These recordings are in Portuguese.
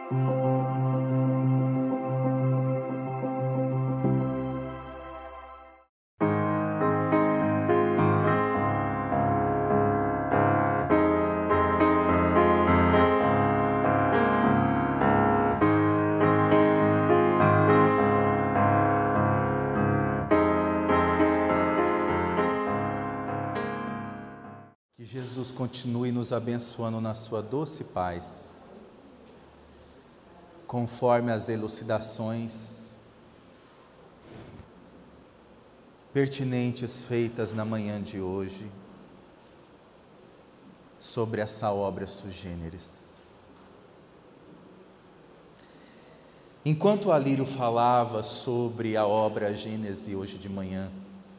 Que Jesus continue nos abençoando na sua doce paz, conforme as elucidações pertinentes feitas na manhã de hoje sobre essa obra sui generis. Enquanto Alírio falava sobre a obra Gênese hoje de manhã,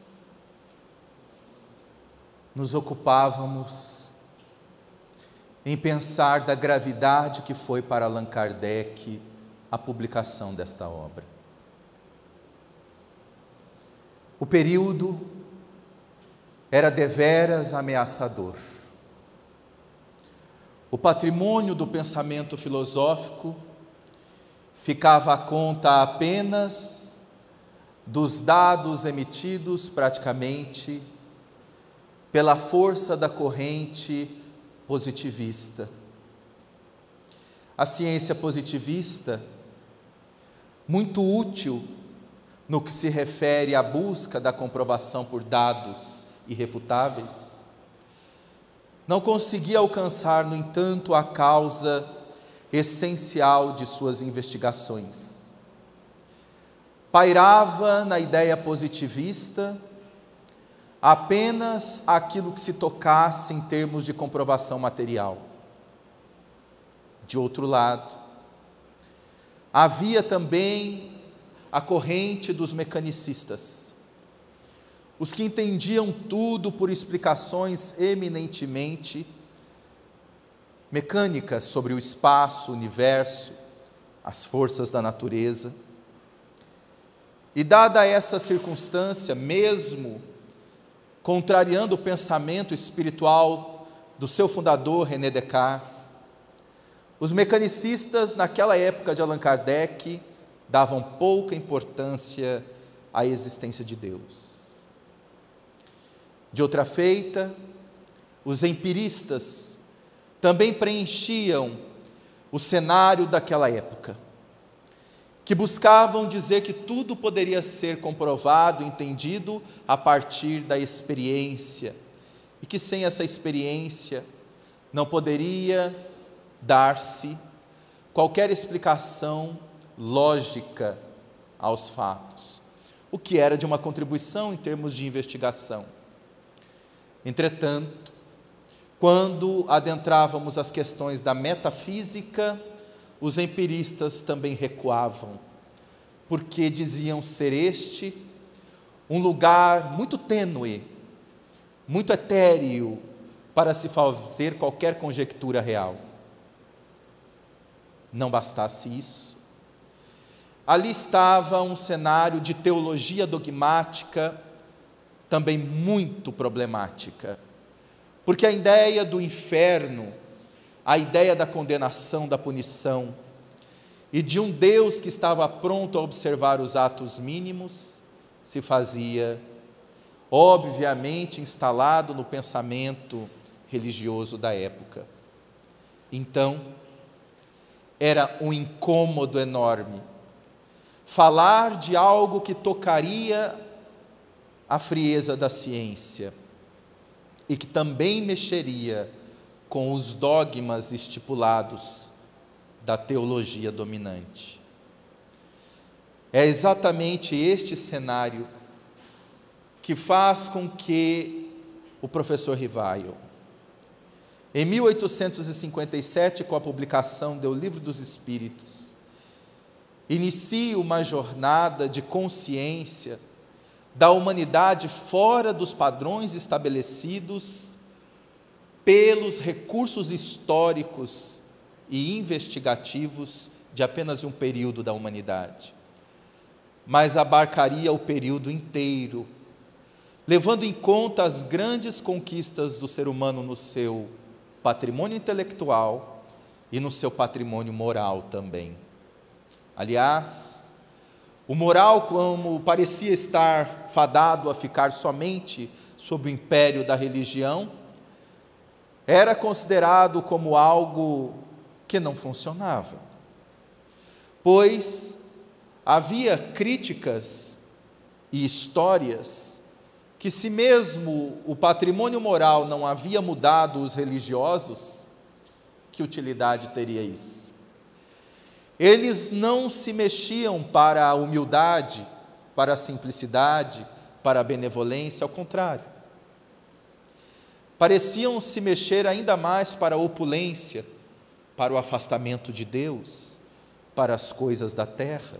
nos ocupávamos em pensar da gravidade que foi para Allan Kardec a publicação desta obra. O período era deveras ameaçador. O patrimônio do pensamento filosófico ficava à conta apenas dos dados emitidos praticamente pela força da corrente positivista. A ciência positivista, muito útil no que se refere à busca da comprovação por dados irrefutáveis, não conseguia alcançar, no entanto, a causa essencial de suas investigações. Pairava na ideia positivista apenas aquilo que se tocasse em termos de comprovação material. De outro lado, havia também a corrente dos mecanicistas, os que entendiam tudo por explicações eminentemente mecânicas sobre o espaço, o universo, as forças da natureza. E dada essa circunstância, mesmo contrariando o pensamento espiritual do seu fundador, René Descartes, os mecanicistas, naquela época de Allan Kardec, davam pouca importância à existência de Deus. De outra feita, os empiristas também preenchiam o cenário daquela época, que buscavam dizer que tudo poderia ser comprovado, entendido a partir da experiência, e que sem essa experiência não poderia dar-se qualquer explicação lógica aos fatos, o que era de uma contribuição em termos de investigação. Entretanto, quando adentrávamos as questões da metafísica, os empiristas também recuavam, porque diziam ser este um lugar muito tênue, muito etéreo, para se fazer qualquer conjectura real. Não bastasse isso, ali estava um cenário de teologia dogmática também muito problemática, porque a ideia do inferno, a ideia da condenação, da punição, e de um Deus que estava pronto a observar os atos mínimos, se fazia, obviamente, instalado no pensamento religioso da época. Então, era um incômodo enorme falar de algo que tocaria a frieza da ciência e que também mexeria com os dogmas estipulados da teologia dominante. É exatamente este cenário que faz com que o professor Rivaio, em 1857, com a publicação do Livro dos Espíritos, inicie uma jornada de consciência da humanidade fora dos padrões estabelecidos pelos recursos históricos e investigativos de apenas um período da humanidade, mas abarcaria o período inteiro, levando em conta as grandes conquistas do ser humano no seu patrimônio intelectual e no seu patrimônio moral também. Aliás, o moral, como parecia estar fadado a ficar somente sob o império da religião, era considerado como algo que não funcionava, pois havia críticas e histórias que, se mesmo o patrimônio moral não havia mudado os religiosos, que utilidade teria isso? Eles não se mexiam para a humildade, para a simplicidade, para a benevolência, ao contrário. Pareciam se mexer ainda mais para a opulência, para o afastamento de Deus, para as coisas da terra.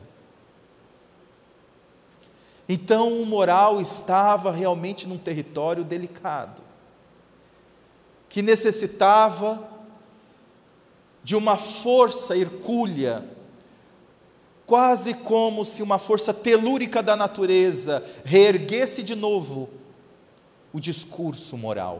Então o moral estava realmente num território delicado, que necessitava de uma força hercúlea, quase como se uma força telúrica da natureza reerguesse de novo o discurso moral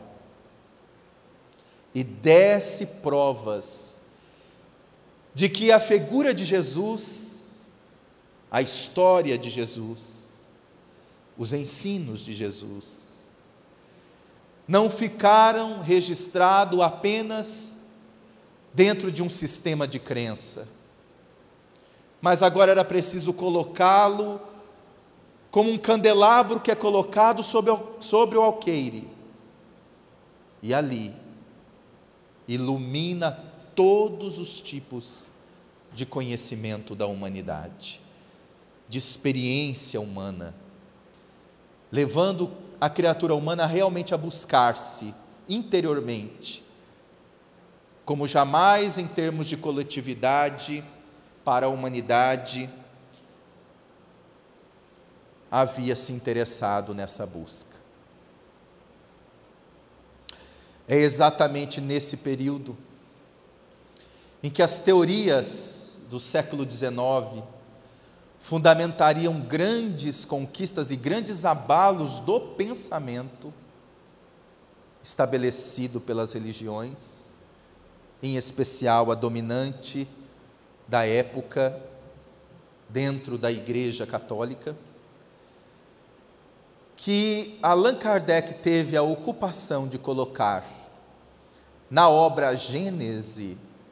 e desse provas de que a figura de Jesus, a história de Jesus, os ensinos de Jesus, não ficaram registrados apenas dentro de um sistema de crença, mas agora era preciso colocá-lo como um candelabro que é colocado sobre o alqueire, e ali ilumina todos os tipos de conhecimento da humanidade, de experiência humana, levando a criatura humana realmente a buscar-se interiormente, como jamais em termos de coletividade para a humanidade havia se interessado nessa busca. É exatamente nesse período em que as teorias do século XIX fundamentariam grandes conquistas e grandes abalos do pensamento estabelecido pelas religiões, em especial a dominante da época dentro da Igreja Católica, que Allan Kardec teve a ocupação de colocar na obra Gênese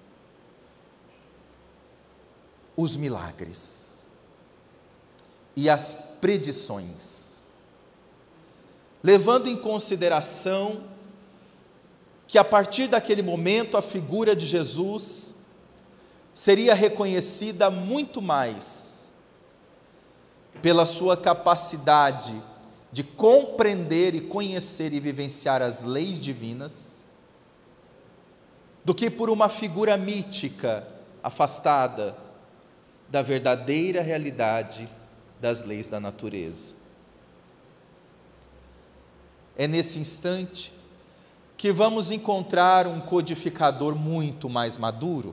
os milagres e as predições, levando em consideração que a partir daquele momento a figura de Jesus seria reconhecida muito mais pela sua capacidade de compreender e conhecer e vivenciar as leis divinas, do que por uma figura mítica afastada da verdadeira realidade das leis da natureza. É nesse instante que vamos encontrar um codificador muito mais maduro.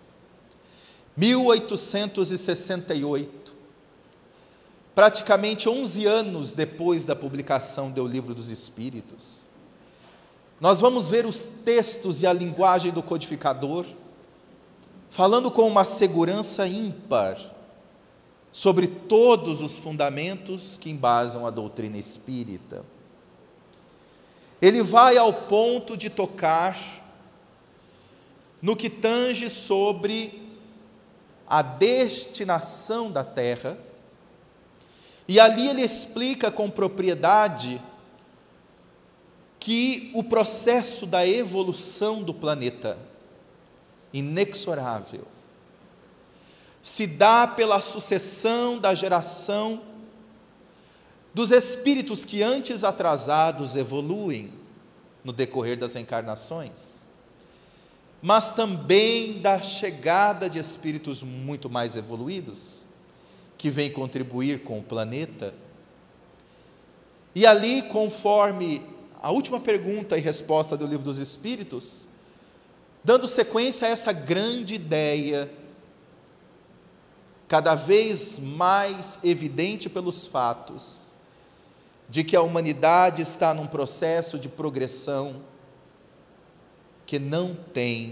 1868, praticamente 11 anos depois da publicação do Livro dos Espíritos, nós vamos ver os textos e a linguagem do codificador, falando com uma segurança ímpar sobre todos os fundamentos que embasam a doutrina espírita. Ele vai ao ponto de tocar no que tange sobre a destinação da Terra, e ali ele explica com propriedade que o processo da evolução do planeta, inexorável, se dá pela sucessão da geração dos espíritos que antes atrasados evoluem no decorrer das encarnações, mas também da chegada de espíritos muito mais evoluídos, que vêm contribuir com o planeta. E ali, conforme a última pergunta e resposta do Livro dos Espíritos, dando sequência a essa grande ideia, cada vez mais evidente pelos fatos, de que a humanidade está num processo de progressão que não tem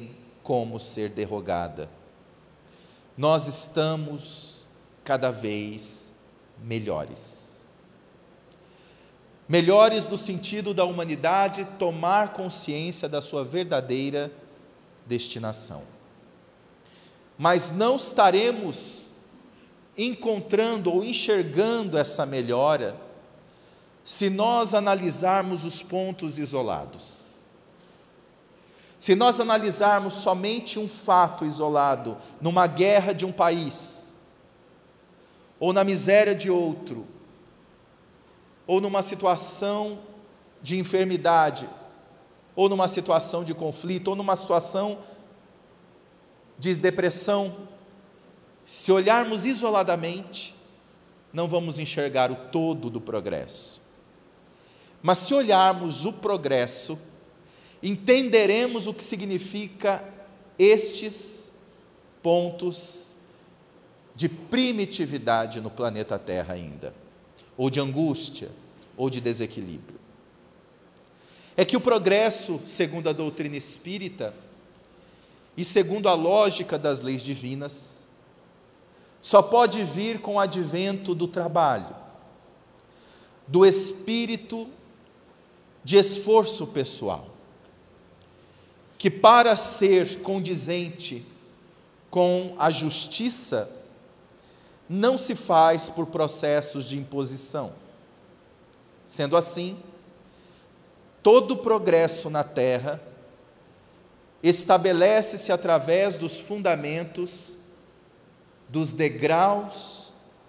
como ser derrogada. Nós estamos cada vez melhores. Melhores no sentido da humanidade tomar consciência da sua verdadeira destinação. Mas não estaremos encontrando ou enxergando essa melhora se nós analisarmos os pontos isolados. Se nós analisarmos somente um fato isolado, numa guerra de um país, ou na miséria de outro, ou numa situação de enfermidade, ou numa situação de conflito, ou numa situação de depressão, se olharmos isoladamente, não vamos enxergar o todo do progresso. Mas se olharmos o progresso, entenderemos o que significa estes pontos de primitividade no planeta Terra ainda, ou de angústia, ou de desequilíbrio. É que o progresso, segundo a doutrina espírita, e segundo a lógica das leis divinas, só pode vir com o advento do trabalho, do espírito de esforço pessoal, que para ser condizente com a justiça, não se faz por processos de imposição. Sendo assim, todo progresso na Terra estabelece-se através dos fundamentos, dos degraus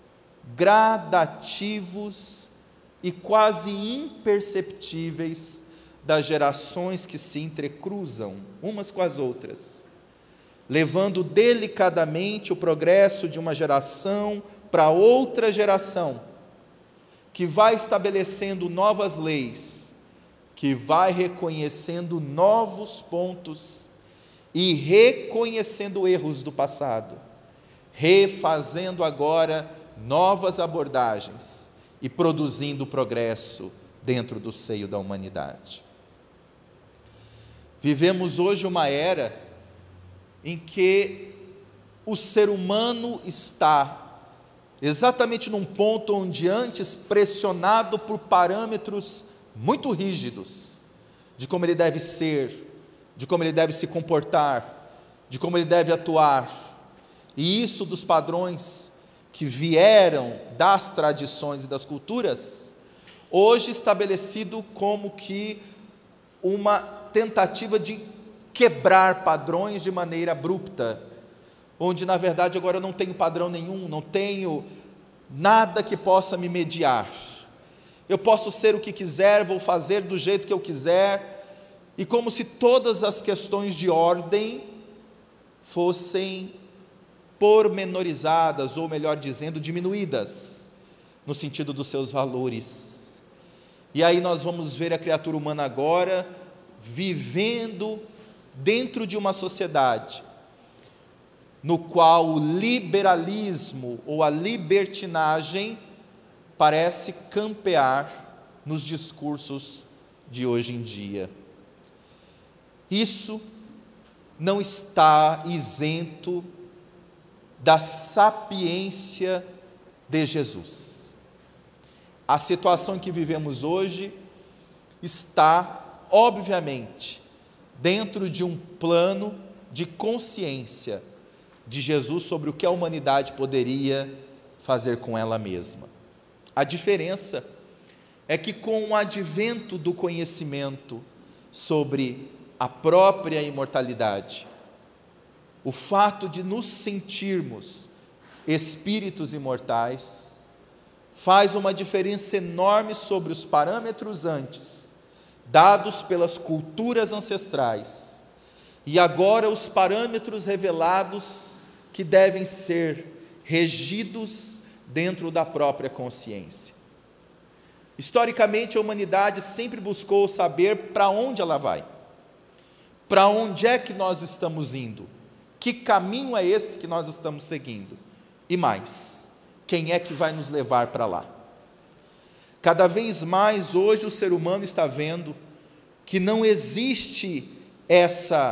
gradativos e quase imperceptíveis das gerações que se entrecruzam umas com as outras, levando delicadamente o progresso de uma geração para outra geração, que vai estabelecendo novas leis, que vai reconhecendo novos pontos e reconhecendo erros do passado, refazendo agora novas abordagens e produzindo progresso dentro do seio da humanidade. Vivemos hoje uma era em que o ser humano está exatamente num ponto onde antes pressionado por parâmetros muito rígidos, de como ele deve ser, de como ele deve se comportar, de como ele deve atuar, e isso dos padrões que vieram das tradições e das culturas, hoje estabelecido como que uma tentativa de quebrar padrões de maneira abrupta, onde na verdade agora eu não tenho padrão nenhum, não tenho nada que possa me mediar, eu posso ser o que quiser, vou fazer do jeito que eu quiser, e como se todas as questões de ordem fossem pormenorizadas, ou melhor dizendo, diminuídas, no sentido dos seus valores. E aí nós vamos ver a criatura humana agora, vivendo dentro de uma sociedade, no qual o liberalismo, ou a libertinagem, parece campear nos discursos de hoje em dia. Isso não está isento da sapiência de Jesus. A situação em que vivemos hoje está, obviamente, dentro de um plano de consciência de Jesus sobre o que a humanidade poderia fazer com ela mesma. A diferença é que, com o advento do conhecimento sobre a própria imortalidade, o fato de nos sentirmos espíritos imortais faz uma diferença enorme sobre os parâmetros antes, dados pelas culturas ancestrais, e agora os parâmetros revelados que devem ser regidos dentro da própria consciência. Historicamente, a humanidade sempre buscou saber para onde ela vai, para onde é que nós estamos indo, que caminho é esse que nós estamos seguindo, e mais, quem é que vai nos levar para lá? Cada vez mais hoje o ser humano está vendo que não existe essa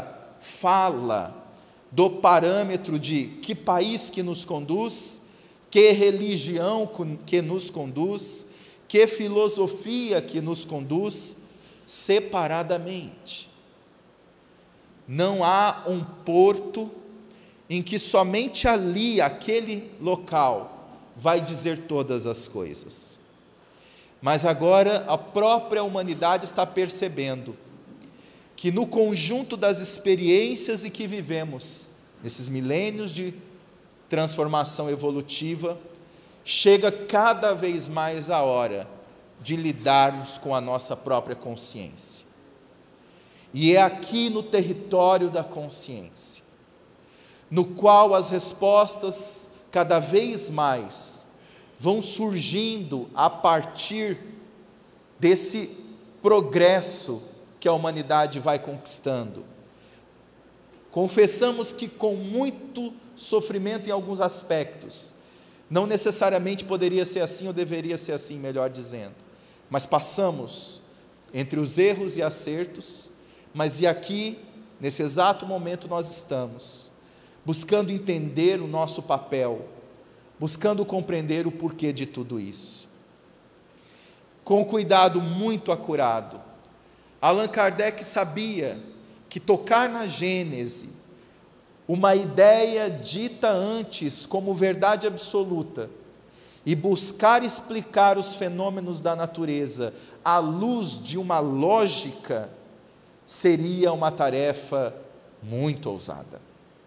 fala do parâmetro de que país que nos conduz, que religião que nos conduz, que filosofia que nos conduz, separadamente. Não há um porto em que somente ali, aquele local, vai dizer todas as coisas. Mas agora a própria humanidade está percebendo que no conjunto das experiências em que vivemos, nesses milênios de transformação evolutiva, chega cada vez mais a hora de lidarmos com a nossa própria consciência. E é aqui no território da consciência, no qual as respostas cada vez mais vão surgindo a partir desse progresso que a humanidade vai conquistando. Confessamos que com muito sofrimento em alguns aspectos, não necessariamente poderia ser assim ou deveria ser assim, melhor dizendo, mas passamos entre os erros e acertos, mas e aqui, nesse exato momento nós estamos, buscando entender o nosso papel, buscando compreender o porquê de tudo isso. Com cuidado muito acurado, Allan Kardec sabia que tocar na Gênese, uma ideia dita antes como verdade absoluta, e buscar explicar os fenômenos da natureza à luz de uma lógica, seria uma tarefa muito ousada.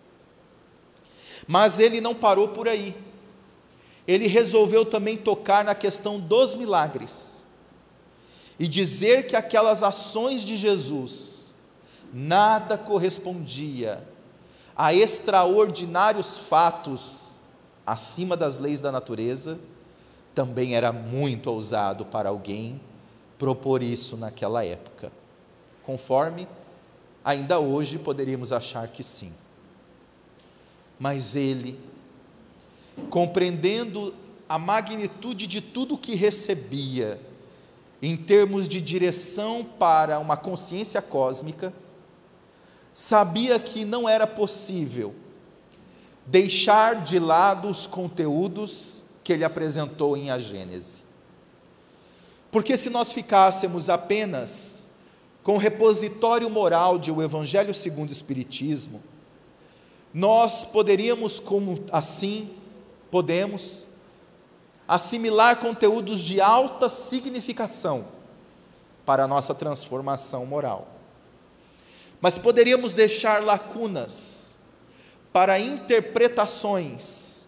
Mas ele não parou por aí. Ele resolveu também tocar na questão dos milagres e dizer que aquelas ações de Jesus nada correspondia a extraordinários fatos acima das leis da natureza. Também era muito ousado para alguém propor isso naquela época, conforme ainda hoje poderíamos achar que sim. Mas ele, compreendendo a magnitude de tudo que recebia, em termos de direção para uma consciência cósmica, sabia que não era possível deixar de lado os conteúdos que ele apresentou em A Gênese. Porque se nós ficássemos apenas com o repositório moral de O Evangelho segundo o Espiritismo, nós poderíamos, podemos assimilar conteúdos de alta significação para a nossa transformação moral. Mas poderíamos deixar lacunas para interpretações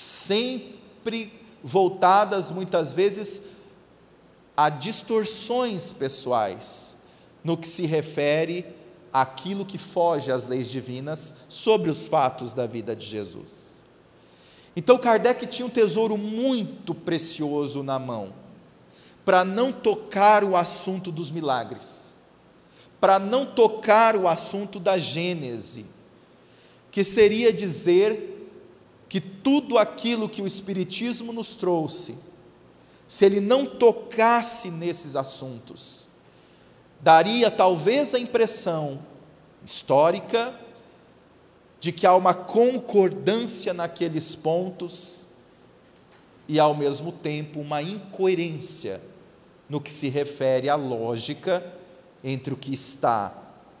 sempre voltadas muitas vezes a distorções pessoais no que se refere àquilo que foge às leis divinas sobre os fatos da vida de Jesus. Então Kardec tinha um tesouro muito precioso na mão, para não tocar o assunto dos milagres, para não tocar o assunto da Gênese, que seria dizer que tudo aquilo que o Espiritismo nos trouxe, se ele não tocasse nesses assuntos, daria talvez a impressão histórica de que há uma concordância naqueles pontos e, ao mesmo tempo, uma incoerência no que se refere à lógica entre o que está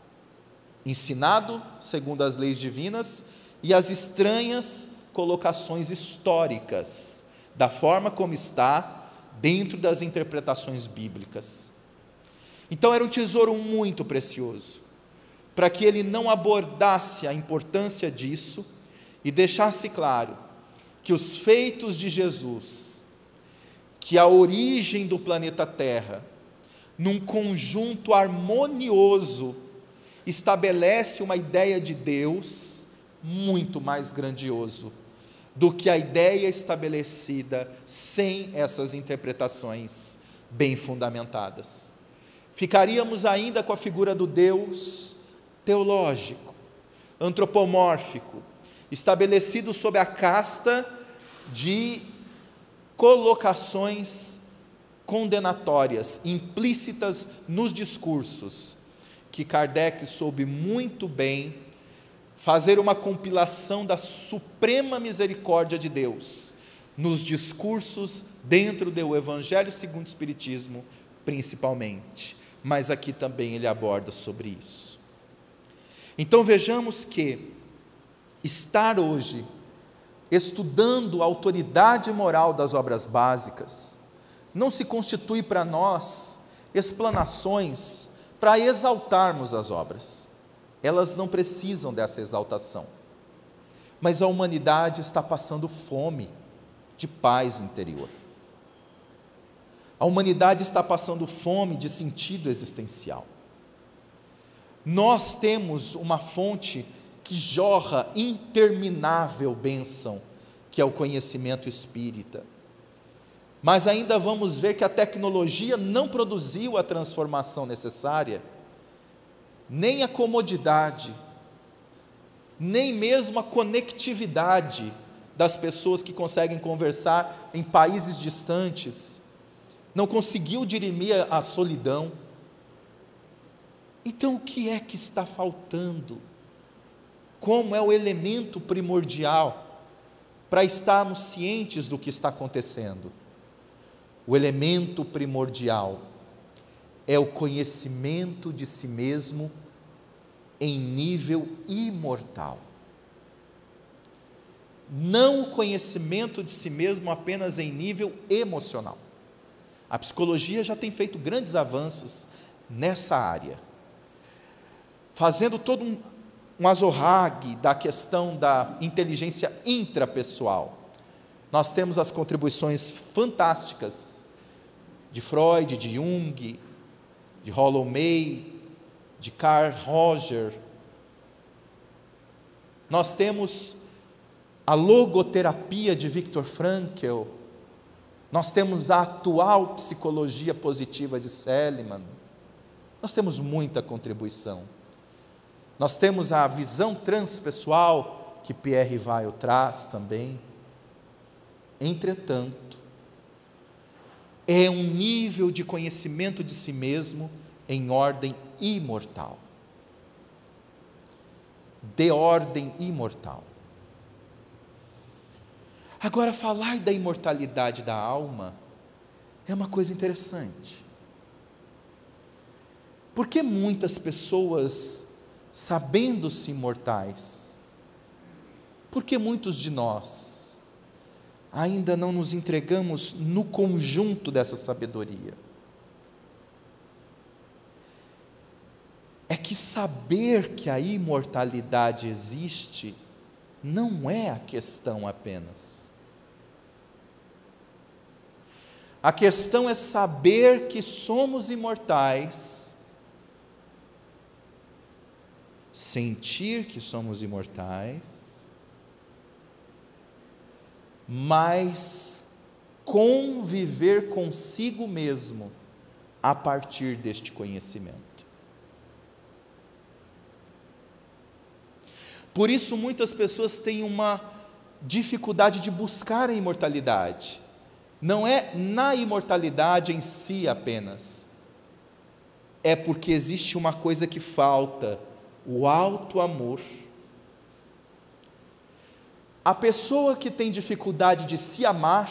ensinado segundo as leis divinas e as estranhas colocações históricas da forma como está dentro das interpretações bíblicas. Então era um tesouro muito precioso, para que ele não abordasse a importância disso e deixasse claro que os feitos de Jesus, que a origem do planeta Terra, num conjunto harmonioso, estabelece uma ideia de Deus muito mais grandioso do que a ideia estabelecida sem essas interpretações bem fundamentadas. Ficaríamos ainda com a figura do Deus teológico, antropomórfico, estabelecido sob a casta de colocações condenatórias, implícitas nos discursos, que Kardec soube muito bem fazer uma compilação da suprema misericórdia de Deus nos discursos dentro do Evangelho segundo o Espiritismo, principalmente, mas aqui também ele aborda sobre isso. Então vejamos que estar hoje estudando a autoridade moral das obras básicas não se constitui para nós explanações para exaltarmos as obras. Elas não precisam dessa exaltação. Mas a humanidade está passando fome de paz interior. A humanidade está passando fome de sentido existencial. Nós temos uma fonte que jorra interminável bênção, que é o conhecimento espírita. Mas ainda vamos ver que a tecnologia não produziu a transformação necessária, nem a comodidade, nem mesmo a conectividade das pessoas que conseguem conversar em países distantes, não conseguiu dirimir a solidão. Então o que é que está faltando? Como é o elemento primordial para estarmos cientes do que está acontecendo? O elemento primordial é o conhecimento de si mesmo em nível imortal. Não o conhecimento de si mesmo apenas em nível emocional. A psicologia já tem feito grandes avanços nessa área, fazendo todo um azorrague da questão da inteligência intrapessoal. Nós temos as contribuições fantásticas de Freud, de Jung, de Rollo May, de Carl Roger. Nós temos a logoterapia de Viktor Frankl. Nós temos a atual psicologia positiva de Seligman. Nós temos muita contribuição. Nós temos a visão transpessoal que Pierre Weil traz também. Entretanto, é um nível de conhecimento de si mesmo em ordem imortal. De ordem imortal. Agora, falar da imortalidade da alma é uma coisa interessante. Porque muitas pessoas, sabendo-se imortais, porque muitos de nós ainda não nos entregamos no conjunto dessa sabedoria? É que saber que a imortalidade existe não é a questão apenas. A questão é saber que somos imortais, sentir que somos imortais, mas conviver consigo mesmo a partir deste conhecimento. Por isso muitas pessoas têm uma dificuldade de buscar a imortalidade. Não é na imortalidade em si apenas, é porque existe uma coisa que falta, o alto amor. A pessoa que tem dificuldade de se amar,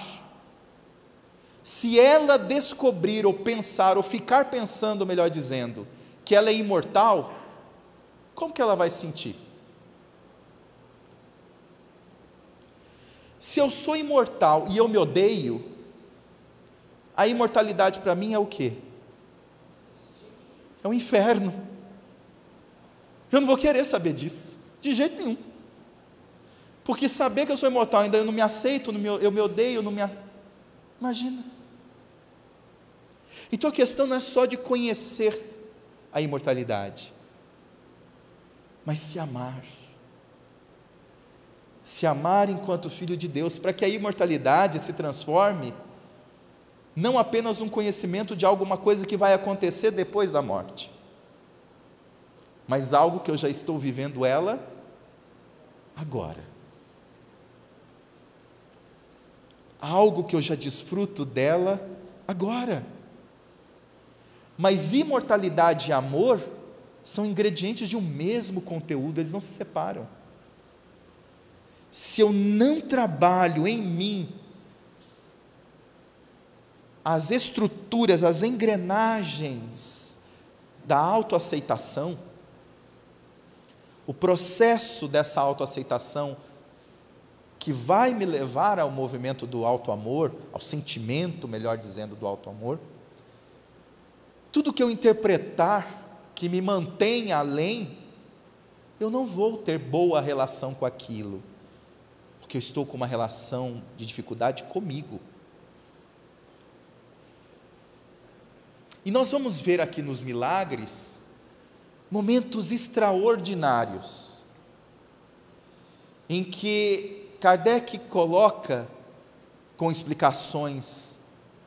se ela descobrir ou pensar, ou ficar pensando, melhor dizendo, que ela é imortal, como que ela vai sentir? Se eu sou imortal e eu me odeio, a imortalidade para mim é o quê? É um inferno. Eu não vou querer saber disso, de jeito nenhum. Porque saber que eu sou imortal, ainda eu não me aceito, eu me odeio, imagina. Então a questão não é só de conhecer a imortalidade, mas se amar. Se amar enquanto filho de Deus, para que a imortalidade se transforme não apenas num conhecimento de alguma coisa que vai acontecer depois da morte, mas algo que eu já estou vivendo ela agora. Algo que eu já desfruto dela agora. Mas imortalidade e amor são ingredientes de um mesmo conteúdo, eles não se separam. Se eu não trabalho em mim as estruturas, as engrenagens da autoaceitação, o processo dessa autoaceitação que vai me levar ao movimento do auto-amor, ao sentimento, melhor dizendo, do auto-amor, tudo que eu interpretar que me mantenha além, eu não vou ter boa relação com aquilo, porque eu estou com uma relação de dificuldade comigo. E nós vamos ver aqui nos milagres momentos extraordinários, em que Kardec coloca, com explicações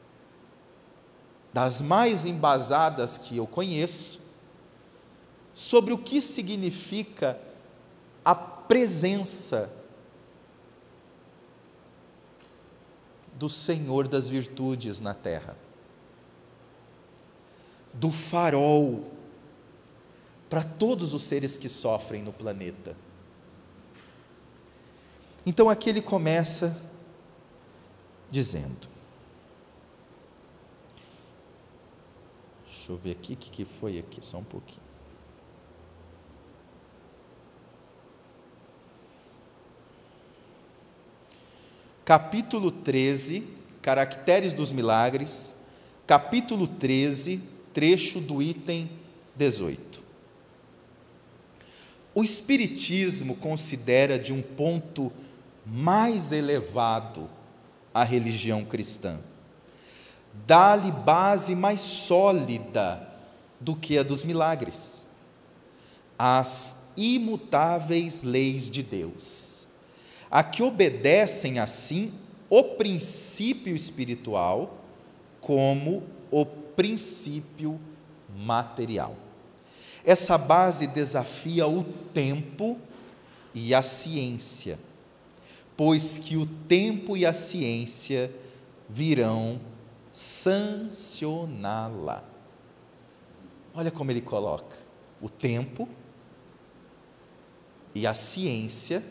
das mais embasadas que eu conheço, sobre o que significa a presença do Senhor das virtudes na terra, do farol para todos os seres que sofrem no planeta. Então aqui ele começa dizendo, deixa eu ver aqui o que foi aqui, só um pouquinho. Capítulo 13, Caracteres dos Milagres, capítulo 13, trecho do item 18. O Espiritismo considera de um ponto mais elevado a religião cristã. Dá-lhe base mais sólida do que a dos milagres. As imutáveis leis de Deus, a que obedecem assim o princípio espiritual como o princípio material. Essa base desafia o tempo e a ciência, pois que o tempo e a ciência virão sancioná-la. Olha como ele coloca: o tempo e a ciência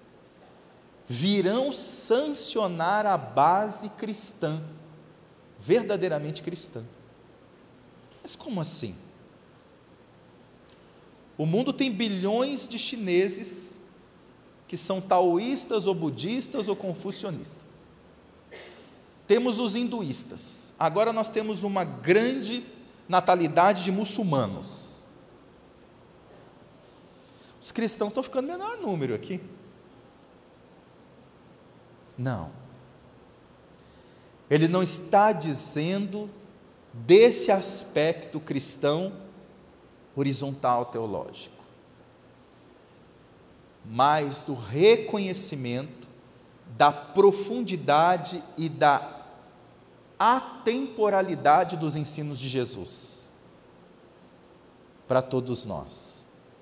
virão sancionar a base cristã, verdadeiramente cristã. Mas como assim? O mundo tem bilhões de chineses que são taoístas ou budistas ou confucionistas. Temos os hinduístas. Agora nós temos uma grande natalidade de muçulmanos. Os cristãos estão ficando menor número aqui. Não. Ele não está dizendo desse aspecto cristão horizontal teológico, mas do reconhecimento da profundidade e da atemporalidade dos ensinos de Jesus para todos nós.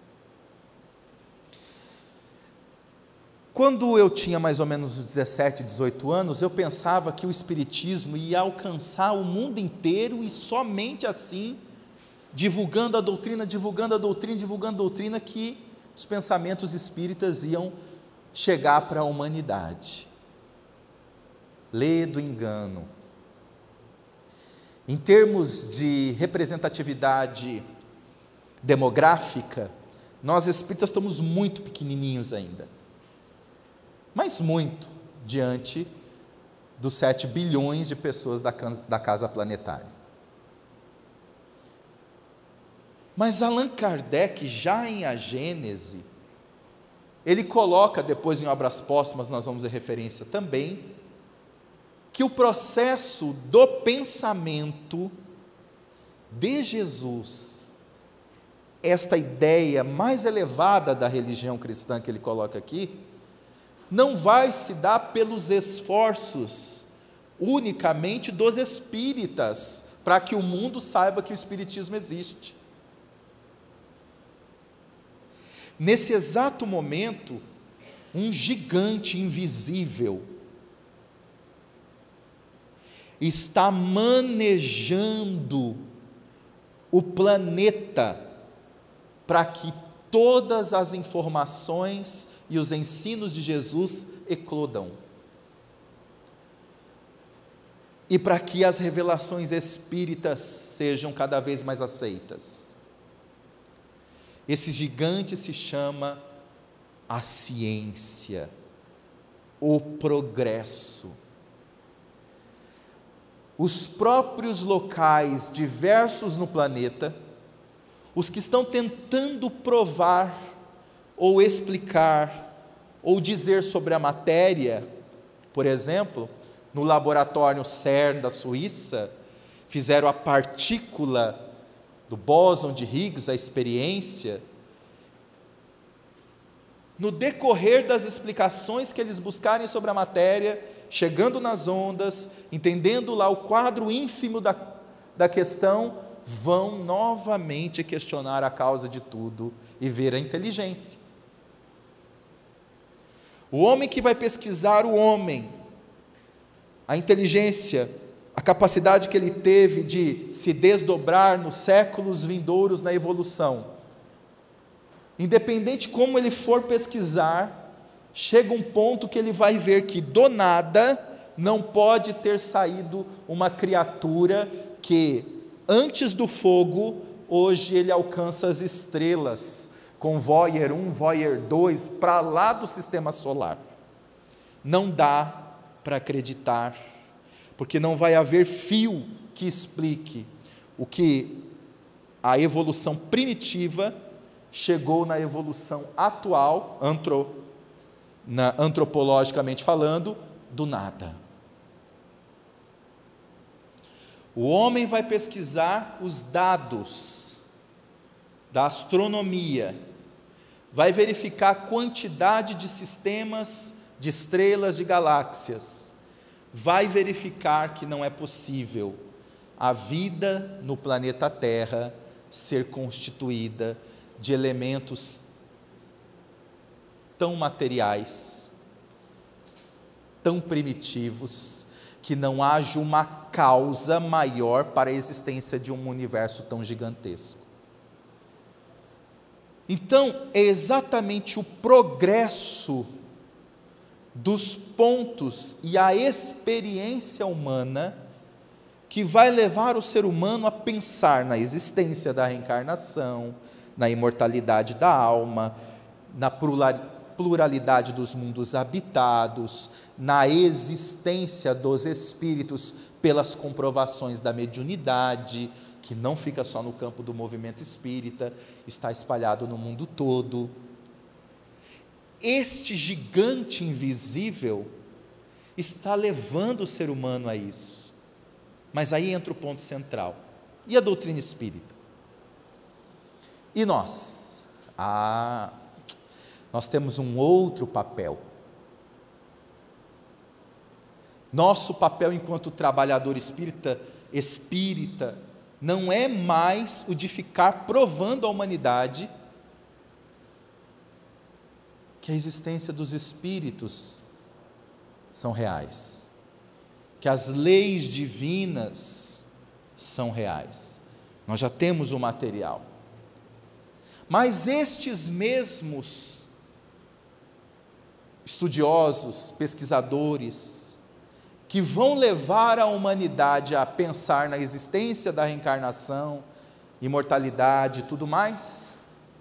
Quando eu tinha mais ou menos 17, 18 anos, eu pensava que o Espiritismo ia alcançar o mundo inteiro e somente assim, divulgando a doutrina, que os pensamentos espíritas iam chegar para a humanidade. Ledo engano. Em termos de representatividade demográfica, nós espíritas estamos muito pequenininhos ainda, mas muito diante dos 7 bilhões de pessoas da casa planetária. Mas Allan Kardec, já em A Gênese, ele coloca, depois em Obras Póstumas, nós vamos ver referência também, que o processo do pensamento de Jesus, esta ideia mais elevada da religião cristã que ele coloca aqui, não vai se dar pelos esforços unicamente dos espíritas, para que o mundo saiba que o Espiritismo existe. Nesse exato momento, um gigante invisível está manejando o planeta para que todas as informações e os ensinos de Jesus eclodam. E para que as revelações espíritas sejam cada vez mais aceitas. Esse gigante se chama a ciência, o progresso. Os próprios locais diversos no planeta, os que estão tentando provar, ou explicar, ou dizer sobre a matéria, por exemplo, no laboratório CERN da Suíça, fizeram a partícula do bóson de Higgs, a experiência. No decorrer das explicações que eles buscarem sobre a matéria, chegando nas ondas, entendendo lá o quadro ínfimo da questão, vão novamente questionar a causa de tudo e ver a inteligência. O homem que vai pesquisar o homem, a inteligência, a capacidade que ele teve de se desdobrar nos séculos vindouros na evolução, independente como ele for pesquisar, chega um ponto que ele vai ver que do nada não pode ter saído uma criatura que antes do fogo, hoje ele alcança as estrelas, com Voyager 1, Voyager 2, para lá do sistema solar. Não dá para acreditar, porque não vai haver fio que explique o que a evolução primitiva chegou na evolução atual, antropologicamente falando, do nada. O homem vai pesquisar os dados da astronomia, vai verificar a quantidade de sistemas, de estrelas, de galáxias, vai verificar que não é possível a vida no planeta Terra ser constituída de elementos tão materiais, tão primitivos, que não haja uma causa maior para a existência de um universo tão gigantesco. Então, é exatamente o progresso dos pontos e a experiência humana que vai levar o ser humano a pensar na existência da reencarnação, na imortalidade da alma, na pluralidade dos mundos habitados, na existência dos espíritos pelas comprovações da mediunidade, que não fica só no campo do movimento espírita, está espalhado no mundo todo. Este gigante invisível está levando o ser humano a isso. Mas aí entra o ponto central. E a doutrina espírita? E nós? Nós temos um outro papel. Nosso papel enquanto trabalhador espírita, não é mais o de ficar provando à humanidade que a existência dos espíritos são reais, que as leis divinas são reais. Nós já temos o material. Mas estes mesmos estudiosos, pesquisadores, que vão levar a humanidade a pensar na existência da reencarnação, imortalidade e tudo mais,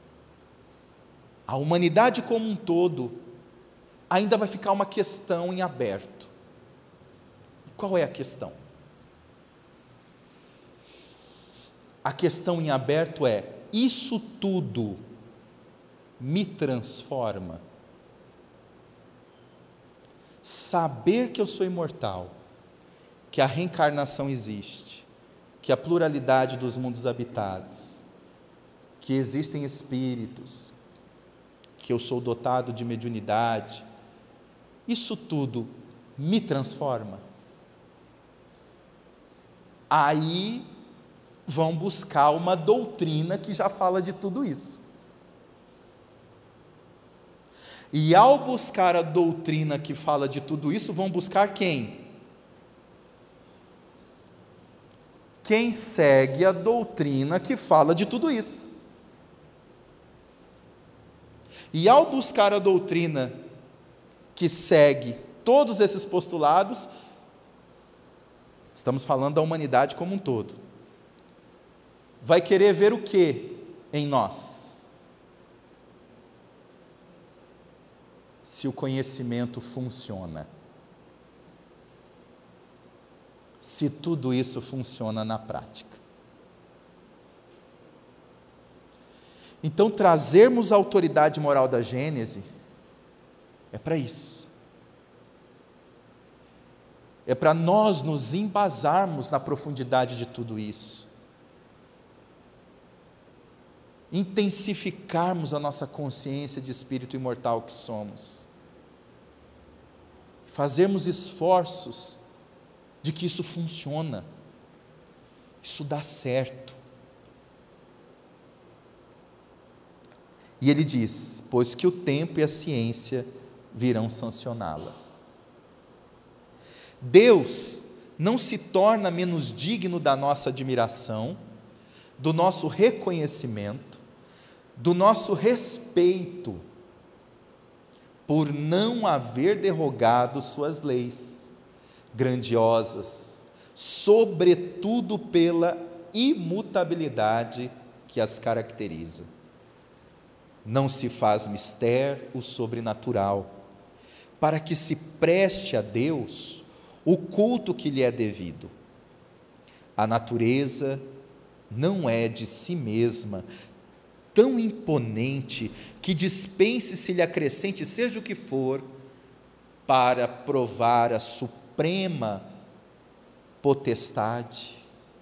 a humanidade como um todo, ainda vai ficar uma questão em aberto. Qual é a questão? A questão em aberto é: isso tudo me transforma? Saber que eu sou imortal, que a reencarnação existe, que a pluralidade dos mundos habitados, que existem espíritos, que eu sou dotado de mediunidade, isso tudo me transforma? Aí vão buscar uma doutrina que já fala de tudo isso. E ao buscar a doutrina que fala de tudo isso, vão buscar quem? Quem segue a doutrina que fala de tudo isso. E ao buscar a doutrina que segue todos esses postulados, estamos falando da humanidade como um todo, vai querer ver o que em nós? Se o conhecimento funciona. Se tudo isso funciona na prática. Então, trazermos a autoridade moral da Gênese é para isso. É para nós nos embasarmos na profundidade de tudo isso. Intensificarmos a nossa consciência de espírito imortal que somos. Fazermos esforços de que isso funciona. Isso dá certo. E ele diz: pois que o tempo e a ciência virão sancioná-la. Deus não se torna menos digno da nossa admiração, do nosso reconhecimento, do nosso respeito, por não haver derrogado suas leis grandiosas, sobretudo pela imutabilidade que as caracteriza. Não se faz mister o sobrenatural, para que se preste a Deus o culto que lhe é devido. A natureza não é de si mesma tão imponente que dispense se lhe acrescente seja o que for, para provar a suprema potestade.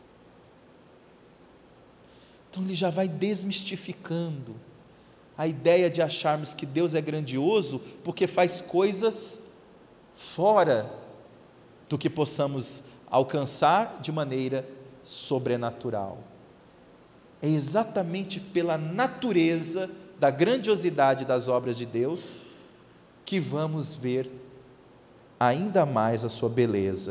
Então ele já vai desmistificando a ideia de acharmos que Deus é grandioso porque faz coisas fora do que possamos alcançar de maneira sobrenatural. É exatamente pela natureza da grandiosidade das obras de Deus que vamos ver ainda mais a sua beleza.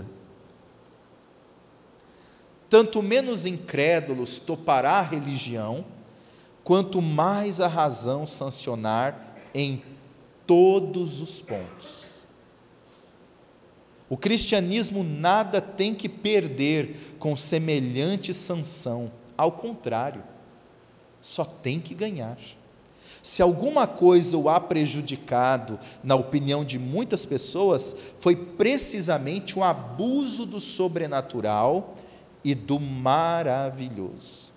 Tanto menos incrédulos topará a religião, quanto mais a razão sancionar em todos os pontos. O cristianismo nada tem que perder com semelhante sanção, ao contrário, só tem que ganhar. Se alguma coisa o há prejudicado, na opinião de muitas pessoas, foi precisamente o abuso do sobrenatural e do maravilhoso.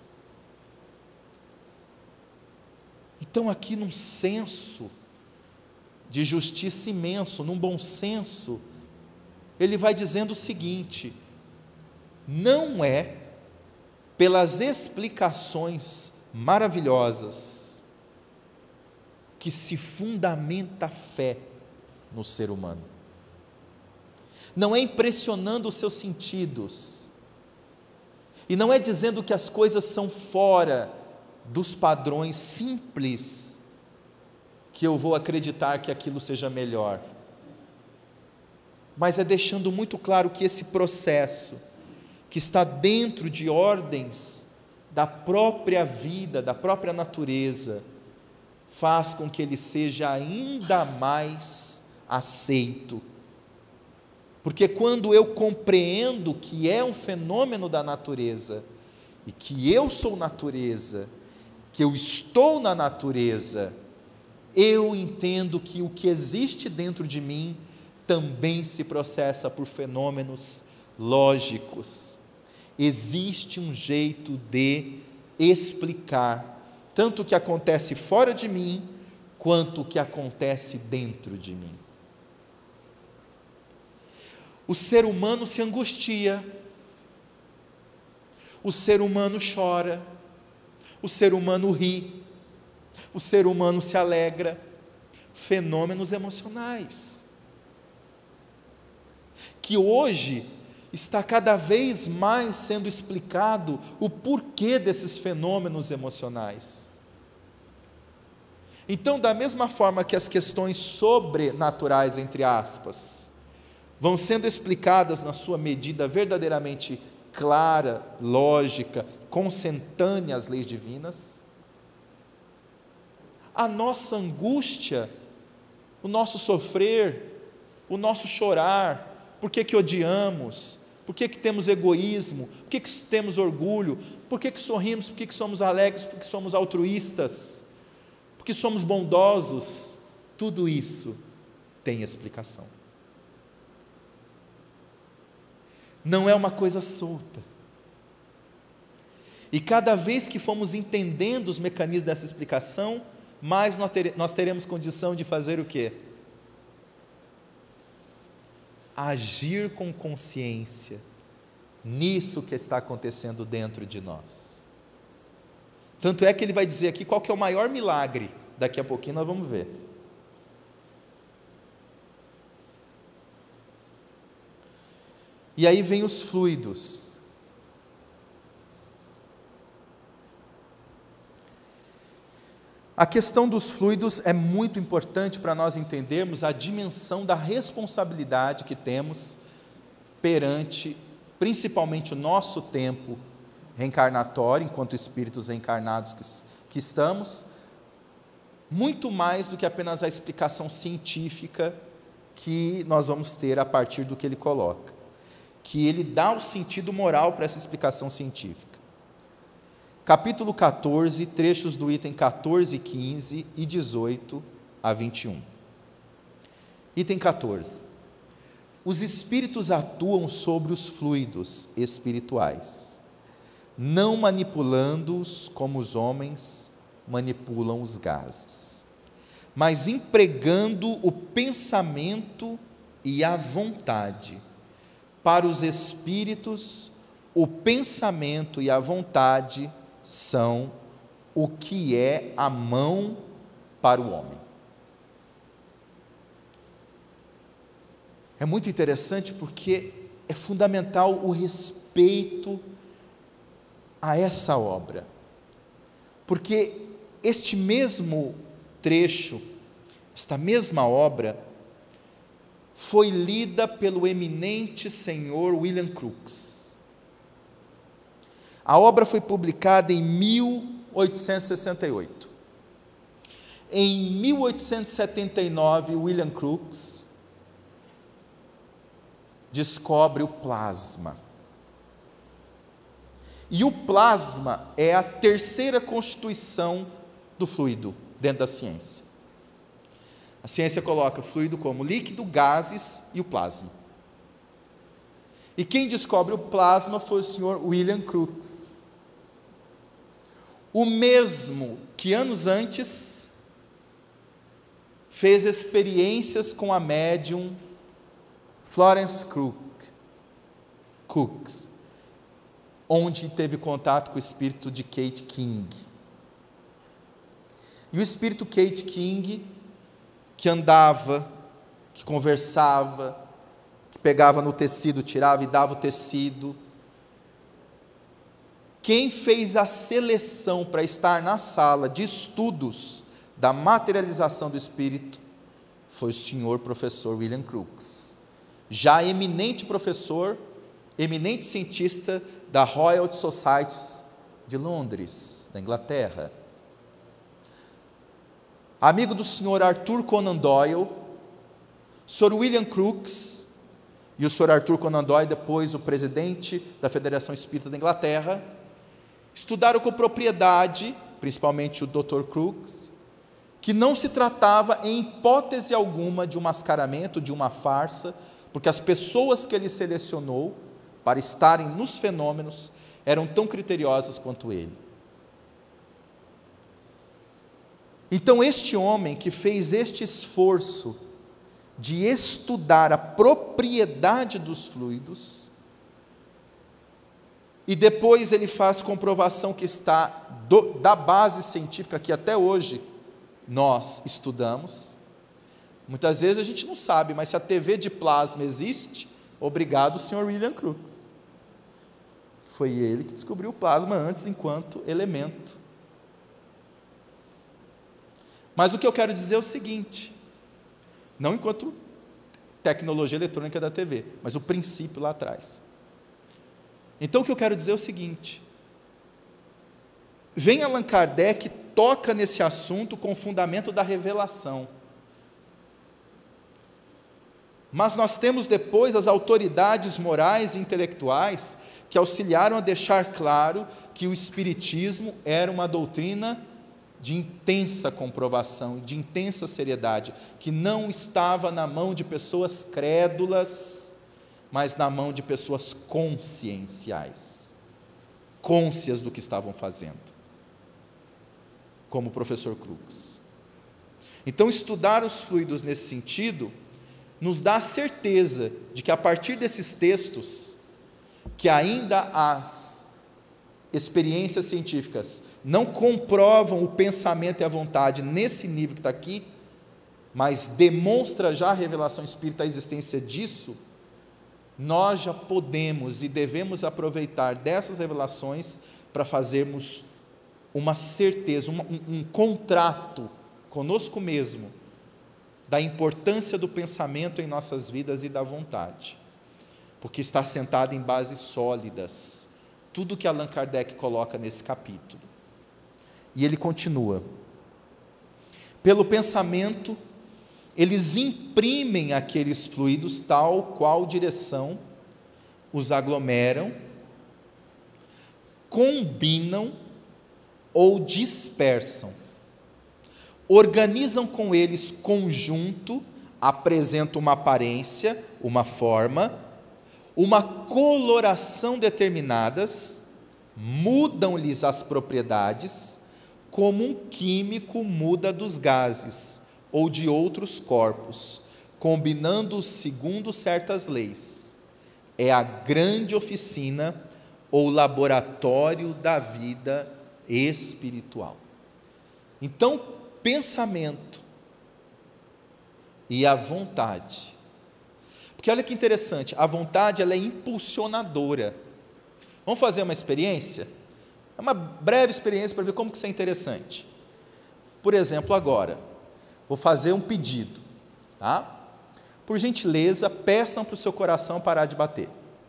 Então, aqui num senso de justiça imenso, num bom senso, ele vai dizendo o seguinte: não é pelas explicações maravilhosas que se fundamenta a fé no ser humano. Não é impressionando os seus sentidos, e não é dizendo que as coisas são fora dos padrões simples que eu vou acreditar que aquilo seja melhor, mas é deixando muito claro que esse processo, que está dentro de ordens da própria vida, da própria natureza, faz com que ele seja ainda mais aceito. Porque quando eu compreendo que é um fenômeno da natureza, e que eu sou natureza, que eu estou na natureza, eu entendo que o que existe dentro de mim também se processa por fenômenos lógicos. Existe um jeito de explicar tanto o que acontece fora de mim, quanto o que acontece dentro de mim. O ser humano se angustia, o ser humano chora, o ser humano ri, o ser humano se alegra, fenômenos emocionais, que hoje está cada vez mais sendo explicado o porquê desses fenômenos emocionais. Então, da mesma forma que as questões sobrenaturais, entre aspas, vão sendo explicadas na sua medida verdadeiramente clara, lógica, consentânea às leis divinas, a nossa angústia, o nosso sofrer, o nosso chorar, por que odiamos, por que temos egoísmo, por que temos orgulho, por que sorrimos, por que somos alegres, por que somos altruístas, por que somos bondosos, tudo isso tem explicação. Não é uma coisa solta. E cada vez que formos entendendo os mecanismos dessa explicação, mais nós teremos condição de fazer o quê? Agir com consciência nisso que está acontecendo dentro de nós. Tanto é que ele vai dizer aqui qual que é o maior milagre. Daqui a pouquinho nós vamos ver. E aí vem os fluidos. A questão dos fluidos é muito importante para nós entendermos a dimensão da responsabilidade que temos perante, principalmente, o nosso tempo reencarnatório, enquanto espíritos reencarnados que estamos, muito mais do que apenas a explicação científica que nós vamos ter a partir do que ele coloca, que ele dá o sentido moral para essa explicação científica. Capítulo 14, trechos do item 14, 15 e 18 a 21. Item 14. Os espíritos atuam sobre os fluidos espirituais, não manipulando-os como os homens manipulam os gases, mas empregando o pensamento e a vontade. Para os espíritos, o pensamento e a vontade são o que é a mão para o homem. É muito interessante porque é fundamental o respeito a essa obra, porque este mesmo trecho, esta mesma obra, foi lida pelo eminente senhor William Crookes. A obra foi publicada em 1868. Em 1879, William Crookes descobre o plasma. E o plasma é a terceira constituição do fluido dentro da ciência. A ciência coloca o fluido como líquido, gases e o plasma. E quem descobre o plasma foi o senhor William Crookes. O mesmo que anos antes fez experiências com a médium Florence Cooks, onde teve contato com o espírito de Kate King. E o espírito Kate King, que andava, que conversava, que pegava no tecido, tirava e dava o tecido. Quem fez a seleção para estar na sala de estudos da materialização do espírito foi o senhor professor William Crookes, já eminente professor, eminente cientista da Royal Society de Londres, da Inglaterra. Amigo do senhor Arthur Conan Doyle, Sr. William Crookes e o Sr. Arthur Conan Doyle, depois o presidente da Federação Espírita da Inglaterra, estudaram com propriedade, principalmente o Dr. Crookes, que não se tratava em hipótese alguma de um mascaramento, de uma farsa, porque as pessoas que ele selecionou para estarem nos fenômenos eram tão criteriosas quanto ele. Então, este homem que fez este esforço de estudar a propriedade dos fluidos, e depois ele faz comprovação que está da base científica que até hoje nós estudamos. Muitas vezes a gente não sabe, mas se a TV de plasma existe, obrigado, Sr. William Crookes. Foi ele que descobriu o plasma antes enquanto elemento. Mas o que eu quero dizer é o seguinte, não enquanto tecnologia eletrônica da TV, mas o princípio lá atrás. Então o que eu quero dizer é o seguinte, vem Allan Kardec toca nesse assunto com o fundamento da revelação. Mas nós temos depois as autoridades morais e intelectuais que auxiliaram a deixar claro que o Espiritismo era uma doutrina de intensa comprovação, de intensa seriedade, que não estava na mão de pessoas crédulas, mas na mão de pessoas conscienciais, cônscias do que estavam fazendo, como o professor Crookes. Então, estudar os fluidos nesse sentido nos dá a certeza de que, a partir desses textos, que ainda as experiências científicas não comprovam o pensamento e a vontade nesse nível que está aqui, mas demonstra já a revelação espírita a existência disso, nós já podemos e devemos aproveitar dessas revelações para fazermos uma certeza, um contrato conosco mesmo, da importância do pensamento em nossas vidas e da vontade, porque está sentado em bases sólidas, tudo que Allan Kardec coloca nesse capítulo. E ele continua: pelo pensamento, eles imprimem aqueles fluidos tal qual direção, os aglomeram, combinam ou dispersam, organizam com eles conjunto, apresentam uma aparência, uma forma, uma coloração determinadas, mudam-lhes as propriedades, como um químico muda dos gases ou de outros corpos, combinando-os segundo certas leis. É a grande oficina ou laboratório da vida espiritual. Então, pensamento e a vontade. Porque olha que interessante, a vontade ela é impulsionadora. Vamos fazer uma experiência? É uma breve experiência para ver como que isso é interessante. Por exemplo, agora, vou fazer um pedido, tá? Por gentileza, peçam para o seu coração parar de bater.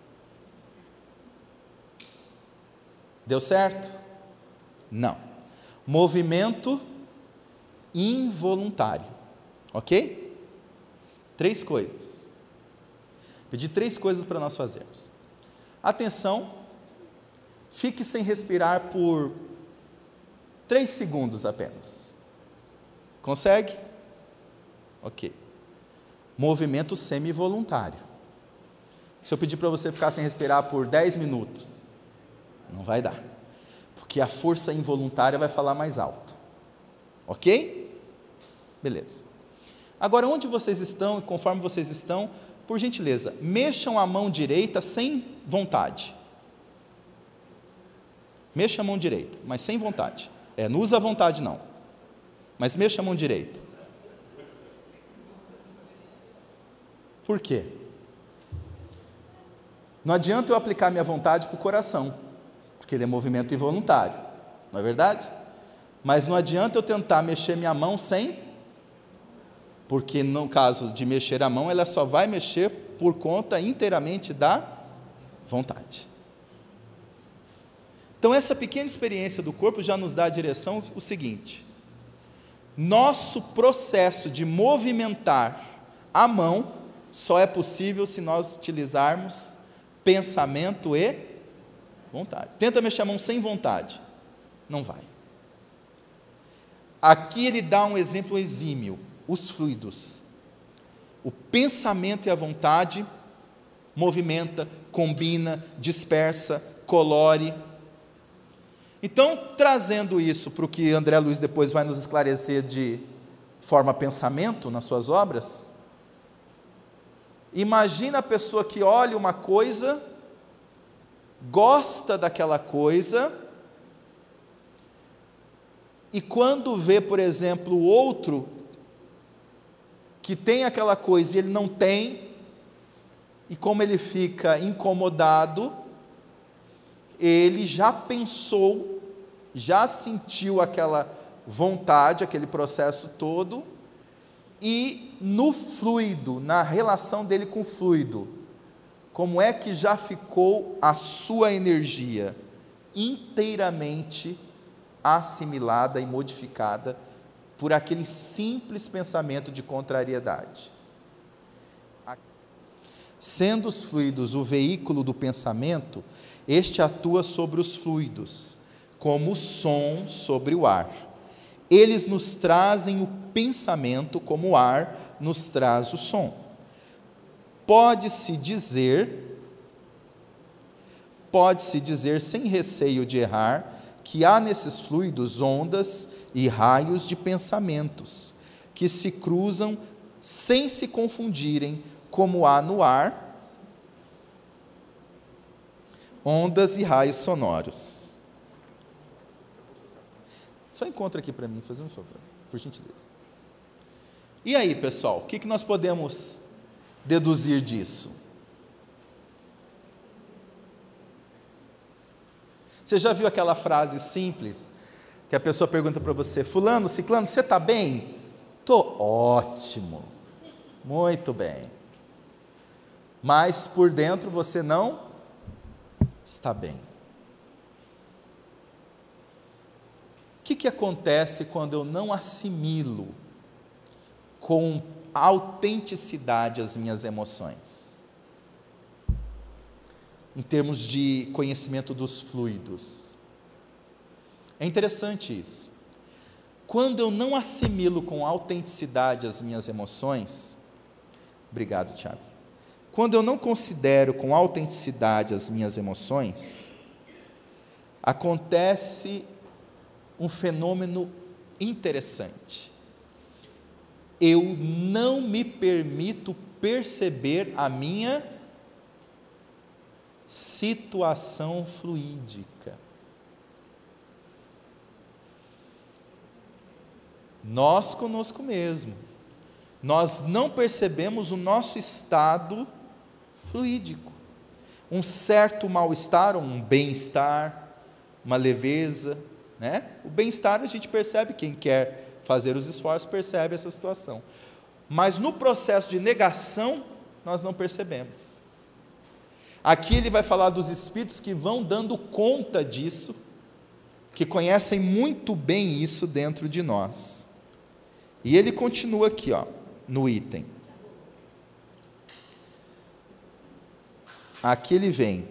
Deu certo? Não. Movimento involuntário, ok? 3 coisas. Pedi 3 coisas para nós fazermos. Atenção, fique sem respirar por 3 segundos apenas. Consegue? Ok. Movimento semi-voluntário. Se eu pedir para você ficar sem respirar por 10 minutos, não vai dar, porque a força involuntária vai falar mais alto. Ok? Beleza. Agora, onde vocês estão, e conforme vocês estão, por gentileza, mexam a mão direita sem vontade. Mexa a mão direita, mas sem vontade. Não usa a vontade não, mas mexa a mão direita. Por quê? Não adianta eu aplicar minha vontade para o coração, porque ele é movimento involuntário, não é verdade? Mas não adianta eu tentar mexer minha mão sem, porque no caso de mexer a mão, ela só vai mexer por conta inteiramente da vontade. Então, essa pequena experiência do corpo já nos dá a direção o seguinte: nosso processo de movimentar a mão só é possível se nós utilizarmos pensamento e vontade. Tenta mexer a mão sem vontade, não vai. Aqui ele dá um exemplo exímio: os fluidos. O pensamento e a vontade movimenta, combina, dispersa, colore. Então, trazendo isso para o que André Luiz depois vai nos esclarecer de forma pensamento nas suas obras, imagina a pessoa que olha uma coisa, gosta daquela coisa, e quando vê, por exemplo, o outro que tem aquela coisa e ele não tem, e como ele fica incomodado, ele já pensou, já sentiu aquela vontade, aquele processo todo, e no fluido, na relação dele com o fluido, como é que já ficou a sua energia inteiramente assimilada e modificada por aquele simples pensamento de contrariedade. Sendo os fluidos o veículo do pensamento, este atua sobre os fluidos, como o som sobre o ar. Eles nos trazem o pensamento, como o ar nos traz o som. Pode-se dizer sem receio de errar, que há nesses fluidos ondas e raios de pensamentos, que se cruzam sem se confundirem, como há no ar ondas e raios sonoros. Só encontra aqui para mim, fazendo um favor, por gentileza. E aí, pessoal, o que nós podemos deduzir disso? Você já viu aquela frase simples, que a pessoa pergunta para você: fulano, ciclano, você está bem? Estou ótimo, muito bem. Mas por dentro você não está bem. O que acontece quando eu não assimilo com autenticidade as minhas emoções? Em termos de conhecimento dos fluidos. É interessante isso. Quando eu não assimilo com autenticidade as minhas emoções, obrigado, Tiago. Quando eu não considero com autenticidade as minhas emoções, acontece um fenômeno interessante. Eu não me permito perceber a minha situação fluídica. Nós conosco mesmo, nós não percebemos o nosso estado fluídico, um certo mal-estar, um bem-estar, uma leveza, né? O bem-estar a gente percebe, quem quer fazer os esforços percebe essa situação, mas no processo de negação nós não percebemos. Aqui ele vai falar dos espíritos que vão dando conta disso, que conhecem muito bem isso dentro de nós. E ele continua aqui, no item. Aqui ele vem: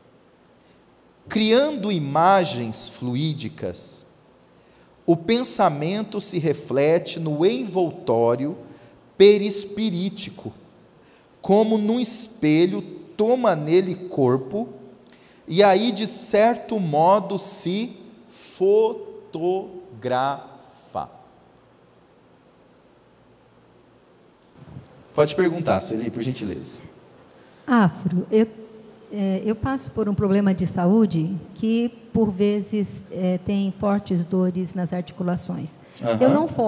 criando imagens fluídicas, o pensamento se reflete no envoltório perispirítico, como num espelho, toma nele corpo, e aí de certo modo se fotografa. Pode perguntar, Sueli, por gentileza. Afro, eu passo por um problema de saúde que, por vezes, tem fortes dores nas articulações. Uhum.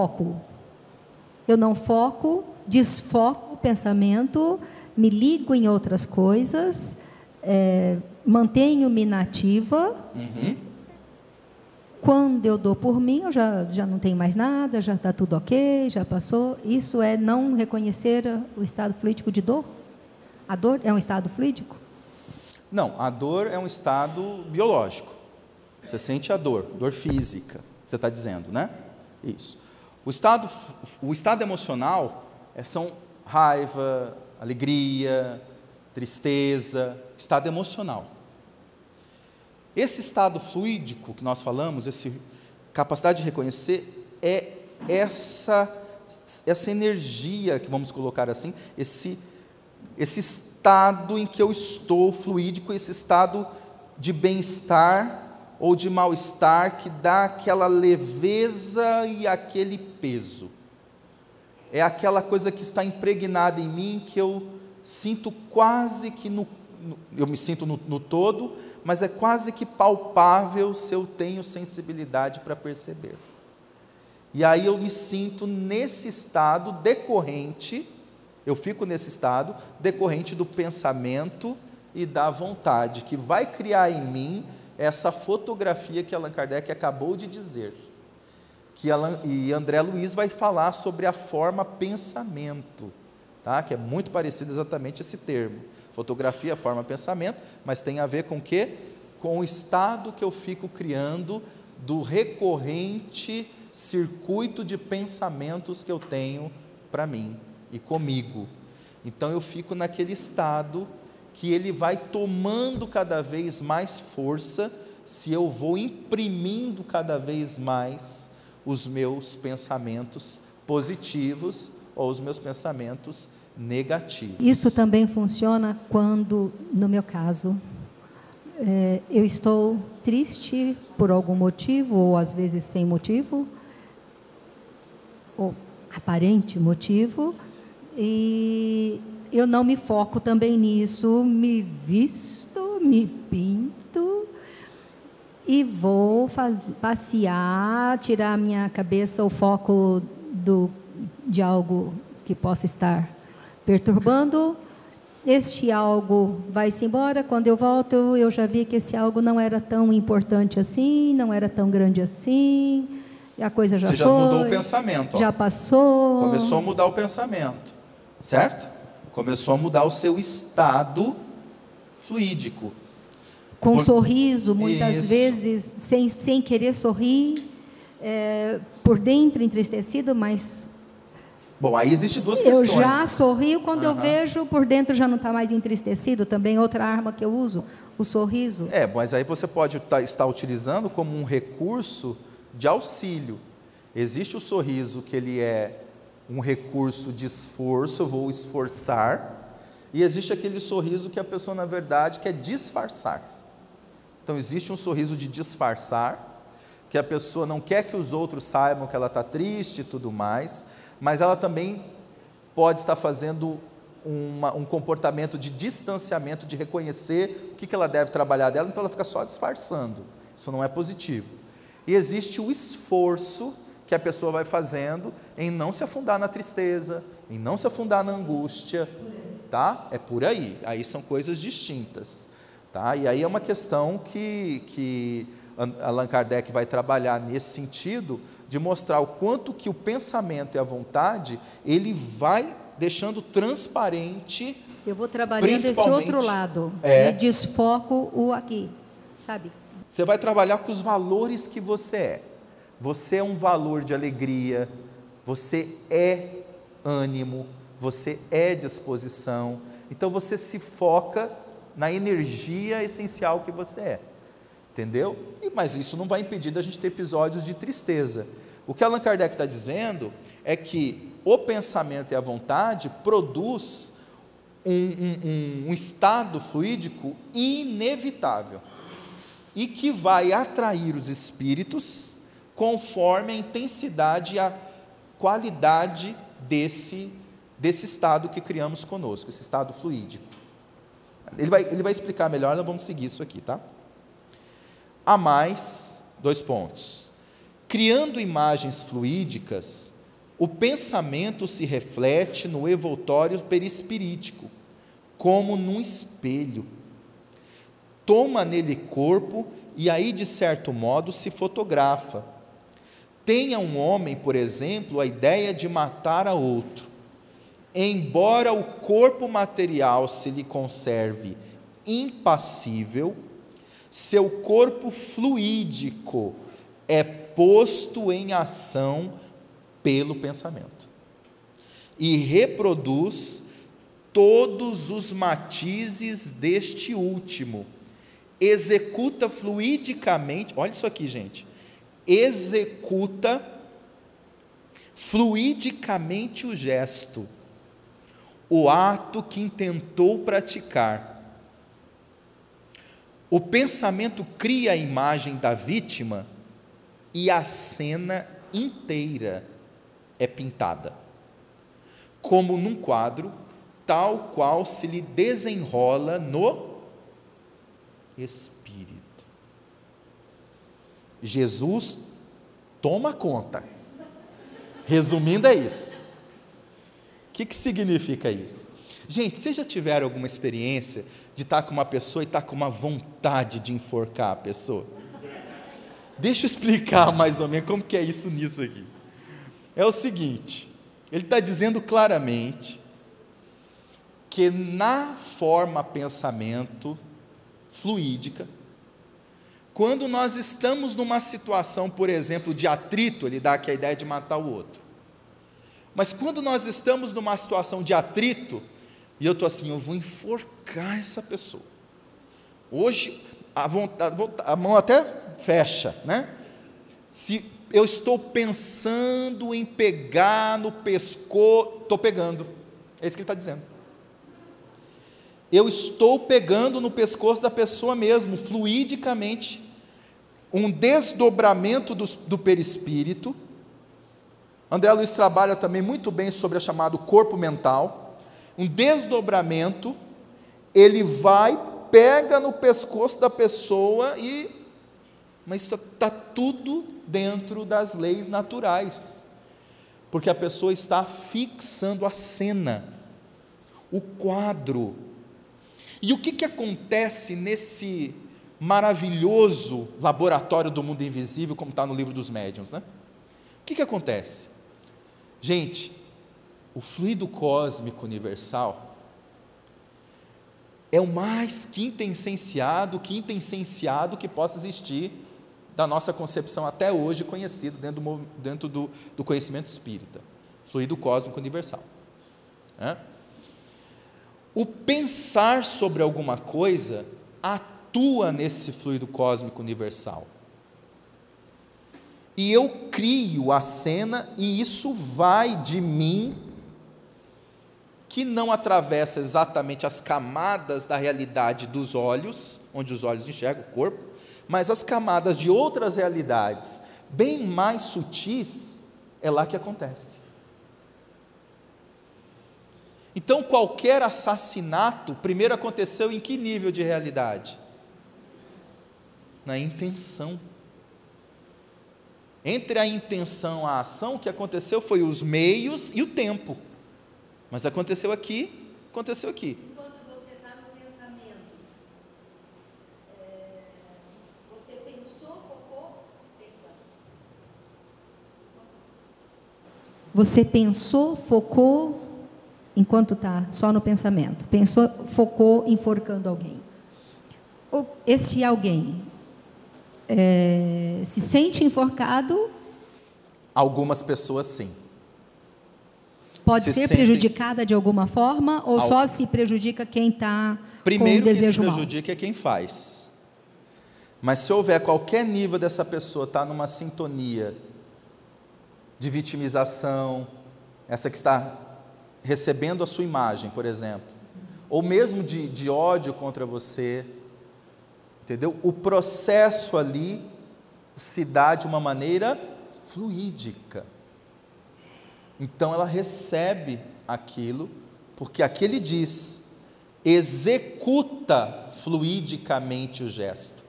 Eu não foco, desfoco o pensamento, me ligo em outras coisas, mantenho-me inativa. Uhum. Quando eu dou por mim, eu já não tenho mais nada, já está tudo ok, já passou. Isso é não reconhecer o estado fluídico de dor? A dor é um estado fluídico? Não, a dor é um estado biológico. Você sente a dor física, você está dizendo, né? Isso. O estado emocional são raiva, alegria, tristeza, estado emocional. Esse estado fluídico que nós falamos, essa capacidade de reconhecer, é essa energia, que vamos colocar assim, esse estado em que eu estou fluídico, esse estado de bem-estar ou de mal-estar que dá aquela leveza e aquele peso. É aquela coisa que está impregnada em mim, que eu sinto quase que eu me sinto no todo, mas é quase que palpável se eu tenho sensibilidade para perceber. E aí eu me sinto nesse estado decorrente, eu fico nesse estado decorrente do pensamento e da vontade, que vai criar em mim essa fotografia que Allan Kardec acabou de dizer. E André Luiz vai falar sobre a forma pensamento, tá? Que é muito parecido exatamente esse termo. Fotografia, forma pensamento, mas tem a ver com o quê? Com o estado que eu fico criando do recorrente circuito de pensamentos que eu tenho para mim e comigo. Então eu fico naquele estado que ele vai tomando cada vez mais força, se eu vou imprimindo cada vez mais os meus pensamentos positivos ou os meus pensamentos negativos. Isso também funciona quando, no meu caso, eu estou triste por algum motivo, ou às vezes sem motivo, ou aparente motivo, e eu não me foco também nisso, me visto, me pinto e vou passear, tirar a minha cabeça o foco de algo que possa estar perturbando. Este algo vai-se embora, quando eu volto eu já vi que esse algo não era tão importante assim, não era tão grande assim, a coisa já foi. Você já mudou o pensamento. Já passou. Começou a mudar o pensamento, certo? Começou a mudar o seu estado fluídico. Com sorriso, muitas Isso. vezes, sem querer sorrir, por dentro entristecido, mas... Bom, aí existem duas questões. Eu já sorrio quando eu vejo, por dentro já não está mais entristecido, também outra arma que eu uso, o sorriso. Mas aí você pode estar utilizando como um recurso de auxílio. Existe o sorriso que ele é um recurso de esforço, eu vou esforçar, e existe aquele sorriso que a pessoa, na verdade, quer disfarçar. Então, existe um sorriso de disfarçar, que a pessoa não quer que os outros saibam que ela está triste e tudo mais, mas ela também pode estar fazendo um comportamento de distanciamento, de reconhecer o que ela deve trabalhar dela, então ela fica só disfarçando. Isso não é positivo. E existe o esforço que a pessoa vai fazendo em não se afundar na tristeza, em não se afundar na angústia, tá? É por aí. Aí são coisas distintas, tá? E aí é uma questão que Allan Kardec vai trabalhar nesse sentido, de mostrar o quanto que o pensamento e a vontade, ele vai deixando transparente. Eu vou trabalhando esse outro lado, e desfoco o aqui, sabe? Você vai trabalhar com os valores que você é. Você é um valor de alegria, você é ânimo, você é disposição. Então você se foca na energia essencial que você é. Entendeu? Mas isso não vai impedir da gente ter episódios de tristeza. O que Allan Kardec está dizendo é que o pensamento e a vontade produz um estado fluídico inevitável e que vai atrair os espíritos conforme a intensidade e a qualidade desse estado que criamos conosco, esse estado fluídico. Ele vai explicar melhor, nós vamos seguir isso aqui, tá? A mais, 2 pontos. Criando imagens fluídicas, o pensamento se reflete no envoltório perispirítico, como num espelho. Toma nele corpo e aí, de certo modo, se fotografa. Tenha um homem, por exemplo, a ideia de matar a outro. Embora o corpo material se lhe conserve impassível, seu corpo fluídico é posto em ação pelo pensamento e reproduz todos os matizes deste último, executa fluidicamente, olha isso aqui, gente, executa fluidicamente o gesto, o ato que intentou praticar. O pensamento cria a imagem da vítima e a cena inteira é pintada, como num quadro, tal qual se lhe desenrola no espírito. Jesus toma conta. Resumindo, é isso. O que significa isso? Gente, vocês já tiveram alguma experiência de estar com uma pessoa e estar com uma vontade de enforcar a pessoa? Deixa eu explicar mais ou menos como que é isso nisso aqui. É o seguinte, ele está dizendo claramente que na forma pensamento fluídica, quando nós estamos numa situação, por exemplo, de atrito, ele dá aqui a ideia de matar o outro. Mas quando nós estamos numa situação de atrito, e eu estou assim, eu vou enforcar essa pessoa. Hoje, a mão até fecha, né? Se eu estou pensando em pegar no pescoço, estou pegando, é isso que ele está dizendo. Eu estou pegando no pescoço da pessoa mesmo, fluidicamente, um desdobramento do perispírito. André Luiz trabalha também muito bem sobre o chamado corpo mental, um desdobramento, ele vai, pega no pescoço da pessoa mas isso está tudo dentro das leis naturais, porque a pessoa está fixando a cena, o quadro. E o que acontece nesse maravilhoso laboratório do mundo invisível, como está no livro dos médiuns, né? O que acontece? Gente, o fluido cósmico universal é o mais quintessenciado que possa existir da nossa concepção até hoje conhecido dentro do conhecimento espírita, fluido cósmico universal. O pensar sobre alguma coisa atua nesse fluido cósmico universal. E eu crio a cena, e isso vai de mim, que não atravessa exatamente as camadas da realidade dos olhos, onde os olhos enxergam o corpo, mas as camadas de outras realidades, bem mais sutis, é lá que acontece. Então, qualquer assassinato, primeiro aconteceu em que nível de realidade? Na intenção. Entre a intenção e a ação, o que aconteceu foi os meios e o tempo. Mas aconteceu aqui, aconteceu aqui. Enquanto você está no pensamento, você pensou, focou. Você pensou, focou, enquanto está só no pensamento. Pensou, focou, enforcando alguém. Esse alguém se sente enforcado? Algumas pessoas sim. Pode ser prejudicada de alguma forma, ou só se prejudica quem está com o desejo mal? Primeiro que se prejudica é quem faz. Mas se houver qualquer nível dessa pessoa estar numa sintonia de vitimização, essa que está recebendo a sua imagem, por exemplo, ou mesmo de ódio contra você, entendeu? O processo ali se dá de uma maneira fluídica. Então ela recebe aquilo, porque aqui ele diz, executa fluidicamente o gesto.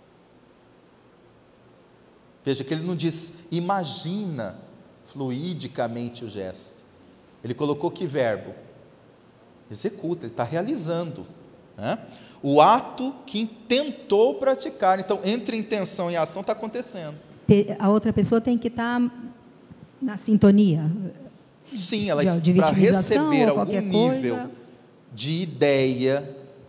Veja que ele não diz, imagina fluidicamente o gesto. Ele colocou que verbo? Executa, ele está realizando, né? O ato que intentou praticar. Então, entre intenção e ação está acontecendo. A outra pessoa tem que estar na sintonia. Sim, ela para receber algum nível coisa de ideia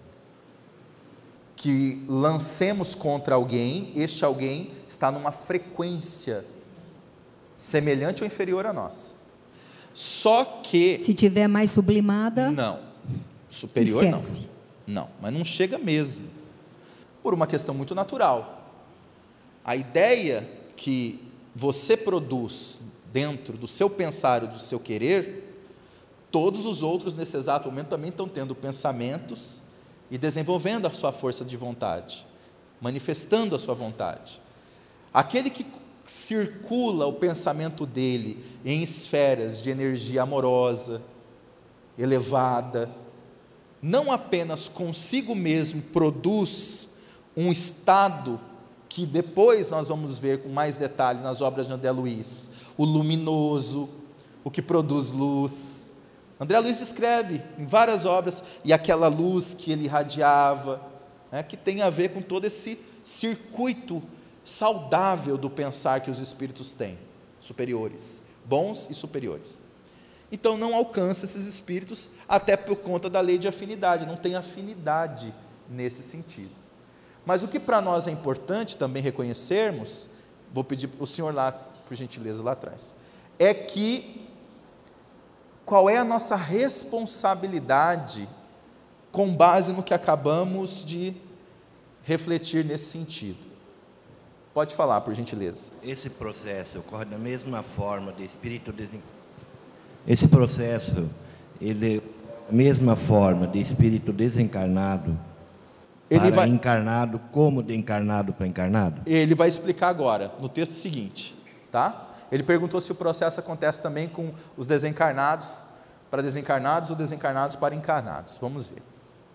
que lancemos contra alguém, este alguém está numa frequência semelhante ou inferior a nossa. Só que... se tiver mais sublimada... Não, superior esquece. Não, mas não chega mesmo, por uma questão muito natural. A ideia que você produz dentro do seu pensar e do seu querer, todos os outros nesse exato momento também estão tendo pensamentos e desenvolvendo a sua força de vontade, manifestando a sua vontade. Aquele que circula o pensamento dele em esferas de energia amorosa, elevada, não apenas consigo mesmo produz um estado que depois nós vamos ver com mais detalhe nas obras de André Luiz, o luminoso, o que produz luz. André Luiz descreve em várias obras, e aquela luz que ele irradiava, que tem a ver com todo esse circuito saudável do pensar que os espíritos têm, superiores, bons e superiores. Então não alcança esses espíritos, até por conta da lei de afinidade, não tem afinidade nesse sentido. Mas o que para nós é importante também reconhecermos, vou pedir para o senhor lá, por gentileza, lá atrás, é que qual é a nossa responsabilidade com base no que acabamos de refletir nesse sentido. Pode falar, por gentileza. Esse processo ocorre da mesma forma de espírito desencarnado. Esse processo, ele da mesma forma de espírito desencarnado para encarnado, como de encarnado para encarnado? Ele vai explicar agora, no texto seguinte, tá? Ele perguntou se o processo acontece também com os desencarnados para desencarnados ou desencarnados para encarnados. Vamos ver.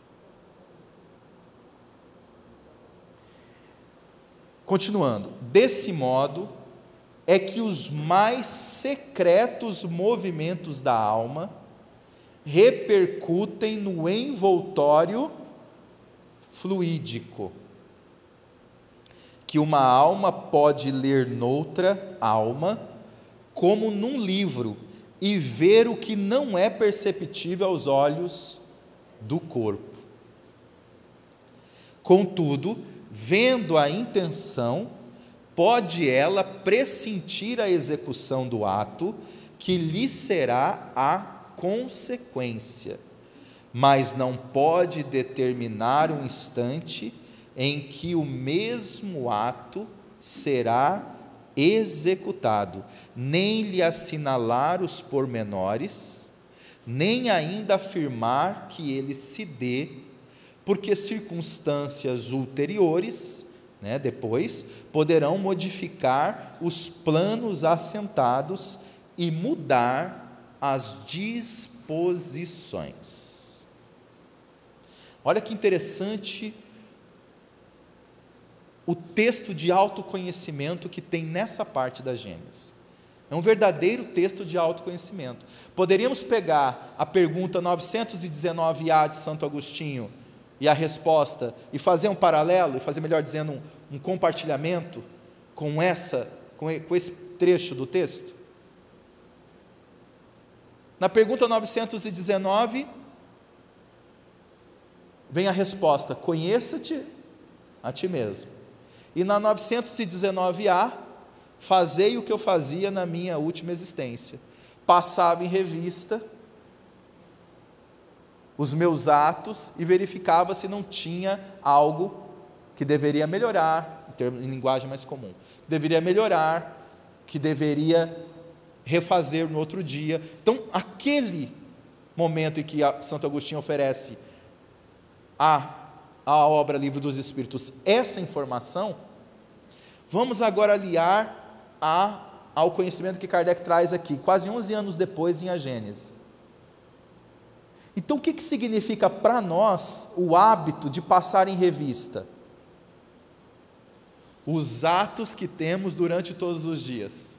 Continuando, desse modo é que os mais secretos movimentos da alma repercutem no envoltório fluídico, que uma alma pode ler noutra alma, como num livro, e ver o que não é perceptível aos olhos do corpo. Contudo, vendo a intenção, pode ela pressentir a execução do ato, que lhe será a consequência, mas não pode determinar um instante em que o mesmo ato será executado, nem lhe assinalar os pormenores, nem ainda afirmar que ele se dê, porque circunstâncias ulteriores, depois, poderão modificar os planos assentados e mudar as disposições. Olha que interessante o texto de autoconhecimento que tem nessa parte da Gênesis. É um verdadeiro texto de autoconhecimento. Poderíamos pegar a pergunta 919A de Santo Agostinho e a resposta, e fazer um paralelo, e fazer, melhor dizendo, um compartilhamento com esse trecho do texto? Na pergunta 919, vem a resposta: conheça-te a ti mesmo. E na 919A, fazei o que eu fazia na minha última existência. Passava em revista os meus atos e verificava se não tinha algo que deveria melhorar, em linguagem mais comum, que deveria melhorar, que deveria refazer no outro dia. Então, aquele momento em que Santo Agostinho oferece a obra Livro dos Espíritos essa informação, vamos agora aliar ao conhecimento que Kardec traz aqui, quase 11 anos depois, em A Gênese. Então, o que significa para nós o hábito de passar em revista? Os atos que temos durante todos os dias.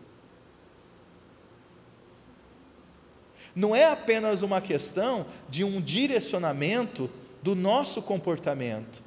Não é apenas uma questão de um direcionamento do nosso comportamento.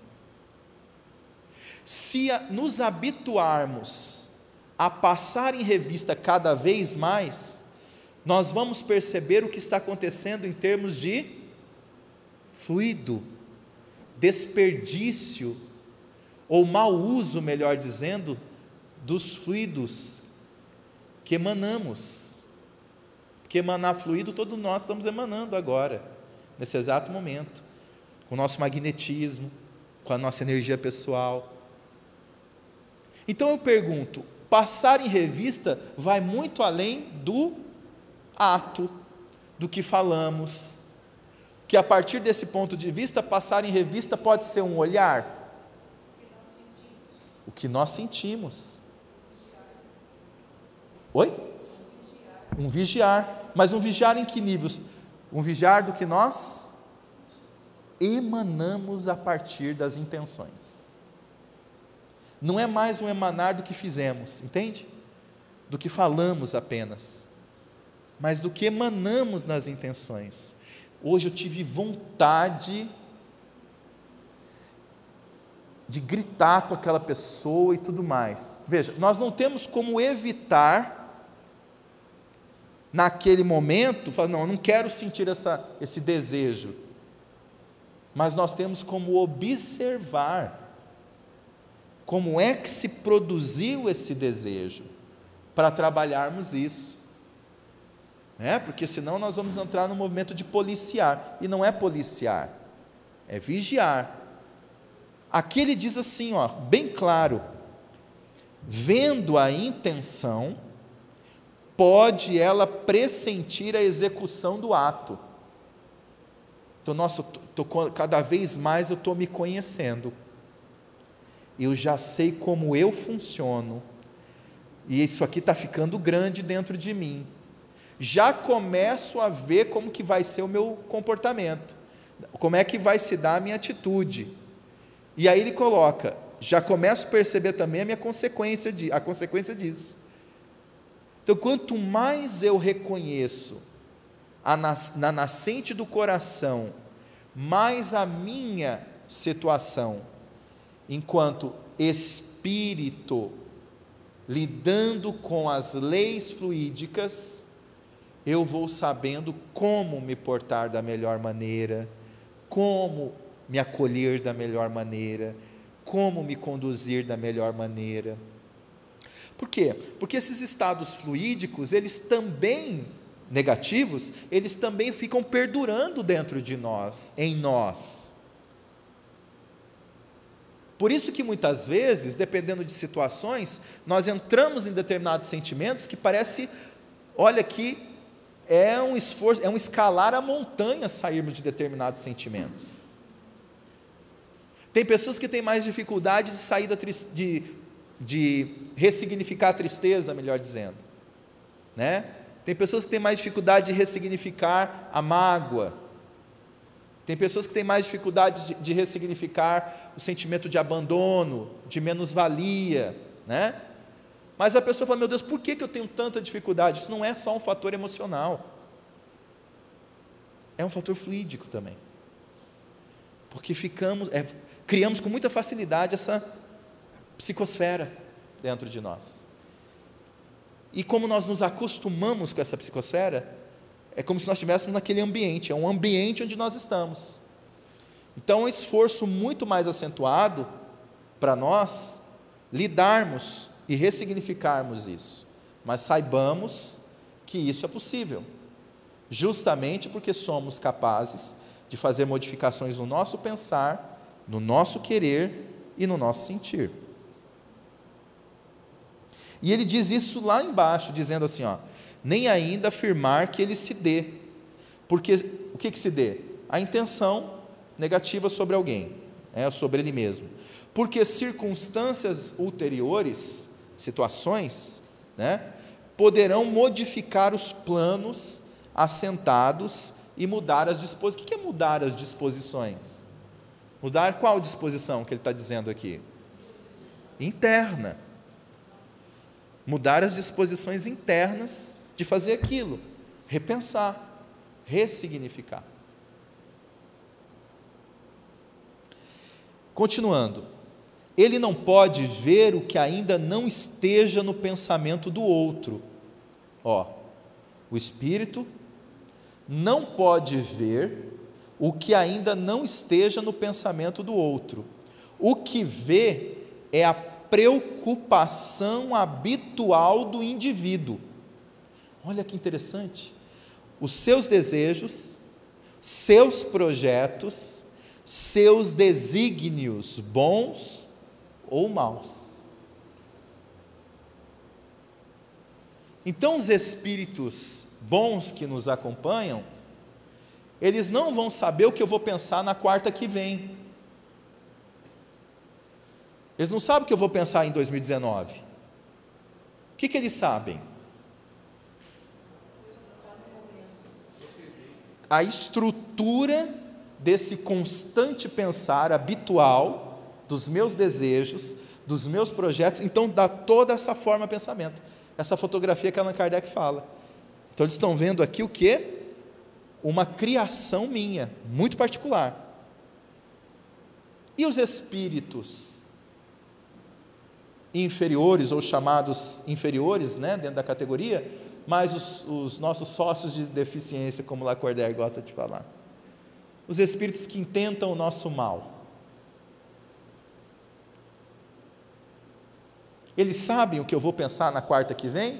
Se nos habituarmos a passar em revista cada vez mais, nós vamos perceber o que está acontecendo em termos de fluido, desperdício, ou mau uso, melhor dizendo, dos fluidos que emanamos. Porque emanar fluido, todos nós estamos emanando agora, nesse exato momento, com o nosso magnetismo, com a nossa energia pessoal. Então eu pergunto, passar em revista vai muito além do ato, do que falamos, que a partir desse ponto de vista, passar em revista pode ser um olhar, o que nós sentimos. Oi? Um vigiar, mas um vigiar em que níveis? Um vigiar do que nós emanamos a partir das intenções. Não é mais um emanar do que fizemos, entende? Do que falamos apenas, mas do que emanamos nas intenções. Hoje eu tive vontade de gritar com aquela pessoa e tudo mais. Veja, nós não temos como evitar, naquele momento, falar, não, eu não quero sentir esse desejo, mas nós temos como observar como é que se produziu esse desejo, para trabalharmos isso. Porque senão nós vamos entrar no movimento de policiar, e não é policiar, é vigiar. Aqui ele diz assim, bem claro: vendo a intenção, pode ela pressentir a execução do ato. Então, cada vez mais eu estou me conhecendo, eu já sei como eu funciono, e isso aqui está ficando grande dentro de mim, já começo a ver como que vai ser o meu comportamento, como é que vai se dar a minha atitude, e aí ele coloca, já começo a perceber também a consequência disso. Então, quanto mais eu reconheço na nascente do coração, mais a minha situação, enquanto espírito, lidando com as leis fluídicas, eu vou sabendo como me portar da melhor maneira, como me acolher da melhor maneira, como me conduzir da melhor maneira. Por quê? Porque esses estados fluídicos, eles também, negativos, eles também ficam perdurando dentro de nós, em nós. Por isso que muitas vezes, dependendo de situações, nós entramos em determinados sentimentos que parece, olha que é um esforço, é um escalar a montanha sairmos de determinados sentimentos. Tem pessoas que têm mais dificuldade de sair de ressignificar a tristeza, melhor dizendo, Tem pessoas que têm mais dificuldade de ressignificar a mágoa, tem pessoas que têm mais dificuldade de ressignificar o sentimento de abandono, de menos-valia, Mas a pessoa fala, meu Deus, por que eu tenho tanta dificuldade? Isso não é só um fator emocional, é um fator fluídico também, porque criamos com muita facilidade essa psicosfera dentro de nós, e como nós nos acostumamos com essa psicosfera, é como se nós estivéssemos naquele ambiente, é um ambiente onde nós estamos. Então é um esforço muito mais acentuado para nós lidarmos e ressignificarmos isso, mas saibamos que isso é possível, justamente porque somos capazes de fazer modificações no nosso pensar, no nosso querer e no nosso sentir. E ele diz isso lá embaixo, dizendo assim, nem ainda afirmar que ele se dê, porque o que se dê? A intenção negativa sobre alguém, sobre ele mesmo, porque circunstâncias ulteriores, situações, poderão modificar os planos assentados e mudar as disposições. O que é mudar as disposições? Mudar qual disposição que ele está dizendo aqui? Interna. Mudar as disposições internas de fazer aquilo, repensar, ressignificar. Continuando, ele não pode ver o que ainda não esteja no pensamento do outro. O espírito não pode ver o que ainda não esteja no pensamento do outro. O que vê é a preocupação habitual do indivíduo. Olha que interessante, os seus desejos, seus projetos, seus desígnios, bons ou maus. Então, os espíritos bons que nos acompanham, eles não vão saber o que eu vou pensar na quarta que vem. Eles não sabem o que eu vou pensar em 2019. O que eles sabem? A estrutura desse constante pensar habitual dos meus desejos, dos meus projetos. Então dá toda essa forma de pensamento, essa fotografia que Allan Kardec fala. Então eles estão vendo aqui o quê? Uma criação minha, muito particular. E os espíritos inferiores, ou chamados inferiores, dentro da categoria, mas os nossos sócios de deficiência, como Lacordaire gosta de falar, os espíritos que intentam o nosso mal. Eles sabem o que eu vou pensar na quarta que vem?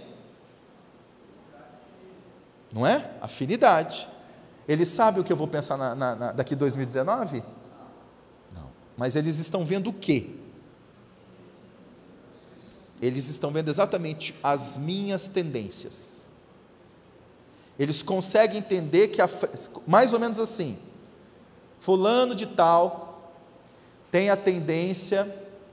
Não é? Afinidade. Eles sabem o que eu vou pensar daqui 2019? Não. Mas eles estão vendo o quê? Eles estão vendo exatamente as minhas tendências. Eles conseguem entender que, mais ou menos assim, fulano de tal tem a tendência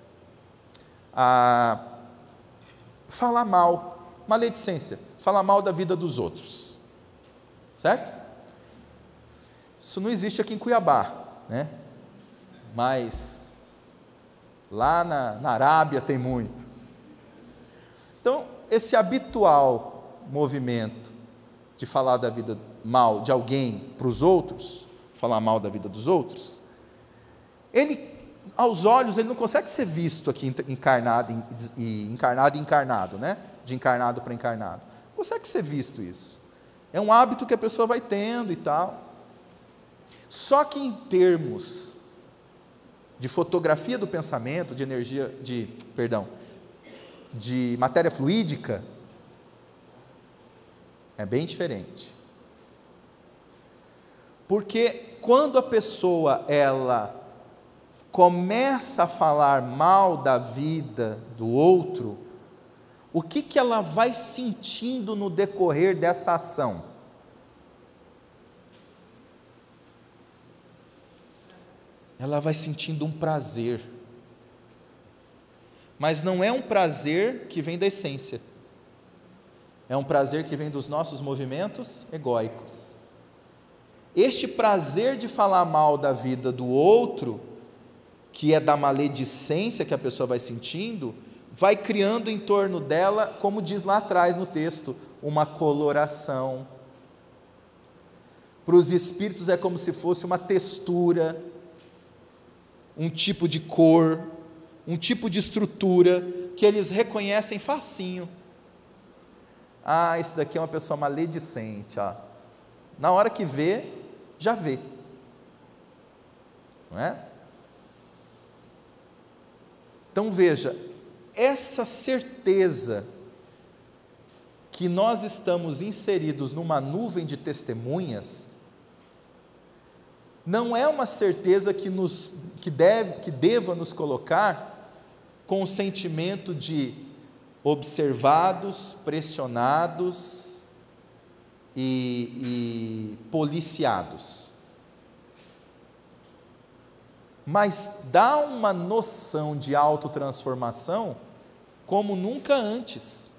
a falar mal, maledicência, falar mal da vida dos outros, certo? Isso não existe aqui em Cuiabá, né? Mas lá na Arábia tem muito. Então, esse habitual movimento de falar da vida mal de alguém para os outros, falar mal da vida dos outros, ele, aos olhos, ele não consegue ser visto aqui encarnado e encarnado, né? De encarnado para encarnado. Não consegue ser visto isso. É um hábito que a pessoa vai tendo e tal. Só que em termos de fotografia do pensamento, de energia, de matéria fluídica, é bem diferente. Porque quando a pessoa, ela começa a falar mal da vida do outro, o que ela vai sentindo no decorrer dessa ação? Ela vai sentindo um prazer. Mas não é um prazer que vem da essência. É um prazer que vem dos nossos movimentos egóicos. Este prazer de falar mal da vida do outro, que é da maledicência que a pessoa vai sentindo, vai criando em torno dela, como diz lá atrás no texto, uma coloração. Para os espíritos é como se fosse uma textura, um tipo de cor, um tipo de estrutura, que eles reconhecem facinho. Ah, esse daqui é uma pessoa maledicente, ó. Na hora que vê, já vê. Não é? Então veja, essa certeza que nós estamos inseridos numa nuvem de testemunhas, não é uma certeza que deva nos colocar com o sentimento de observados, pressionados e policiados. Mas dá uma noção de autotransformação como nunca antes.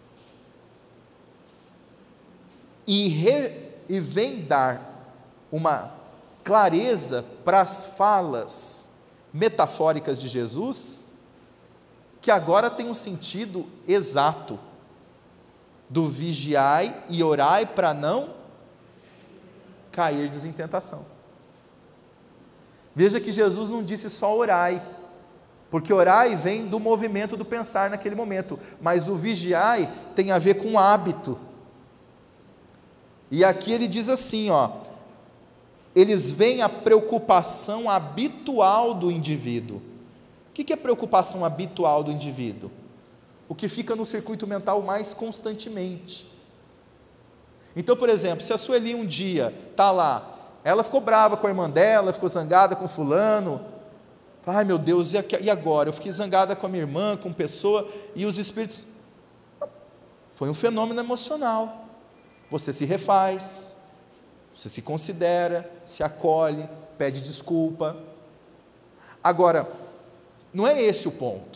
E vem dar uma clareza para as falas metafóricas de Jesus, que agora tem um sentido exato, do vigiai e orai para não cairdes em tentação. Veja que Jesus não disse só orai, porque orai vem do movimento do pensar naquele momento, mas o vigiai tem a ver com hábito. E aqui ele diz assim, ó, eles veem a preocupação habitual do indivíduo. O que é preocupação habitual do indivíduo? O que fica no circuito mental mais constantemente. Então, por exemplo, se a Sueli um dia está lá, ela ficou brava com a irmã dela, ficou zangada com fulano, ai meu Deus, e agora? Eu fiquei zangada com a minha irmã, com pessoa, e os espíritos... Foi um fenômeno emocional. Você se refaz, você se considera, se acolhe, pede desculpa. Agora, não é esse o ponto.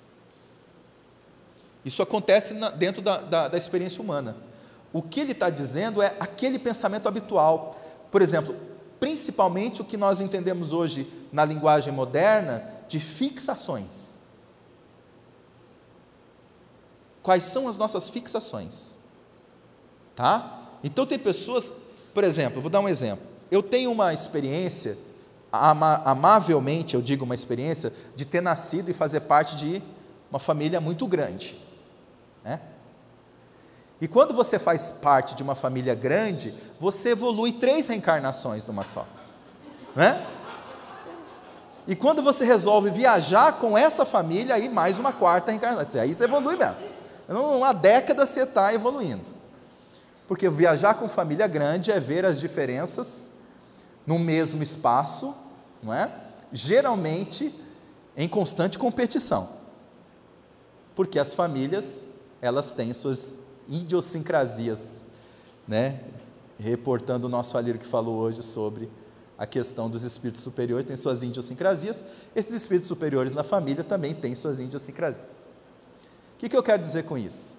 Isso acontece dentro da experiência humana. O que ele está dizendo é aquele pensamento habitual. Por exemplo, principalmente o que nós entendemos hoje na linguagem moderna de fixações. Quais são as nossas fixações? Tá? Então tem pessoas, por exemplo, vou dar um exemplo. Eu tenho uma experiência, amavelmente eu digo uma experiência, de ter nascido e fazer parte de uma família muito grande, né? E quando você faz parte de uma família grande, você evolui 3 reencarnações numa só, né? e quando você resolve viajar com essa família, aí mais uma quarta reencarnação, aí você evolui mesmo. Uma década você está evoluindo. Porque viajar com família grande é ver as diferenças no mesmo espaço, não é? Geralmente em constante competição. Porque as famílias, elas têm suas idiosincrasias, né? Reportando o nosso Alírio que falou hoje sobre a questão dos espíritos superiores, tem suas idiosincrasias. Esses espíritos superiores na família também têm suas idiosincrasias. O que eu quero dizer com isso?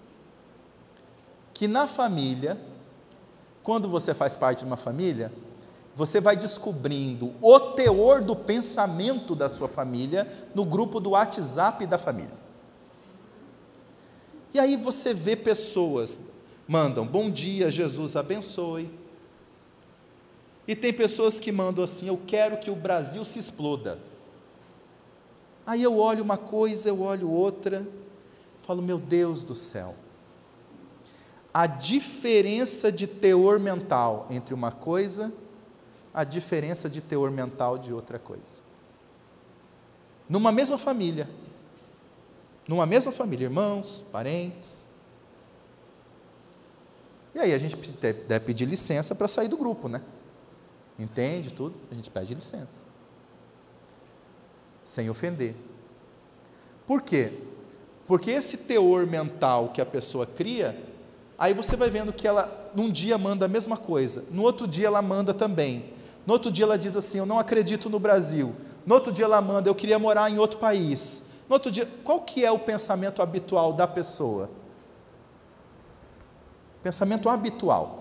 Que na família, quando você faz parte de uma família, você vai descobrindo o teor do pensamento da sua família no grupo do WhatsApp da família. E aí você vê pessoas, mandam, bom dia, Jesus abençoe. E tem pessoas que mandam assim, eu quero que o Brasil se exploda. Aí eu olho uma coisa, eu olho outra, falo, meu Deus do céu. A diferença de teor mental entre uma coisa, a diferença de teor mental de outra coisa. Numa mesma família, irmãos, parentes. E aí a gente deve pedir licença para sair do grupo, né? Entende tudo? A gente pede licença. Sem ofender. Por quê? Porque esse teor mental que a pessoa cria, aí você vai vendo que ela, num dia manda a mesma coisa, no outro dia ela manda também, no outro dia ela diz assim, eu não acredito no Brasil, no outro dia ela manda, eu queria morar em outro país, no outro dia, qual que é o pensamento habitual da pessoa? Pensamento habitual,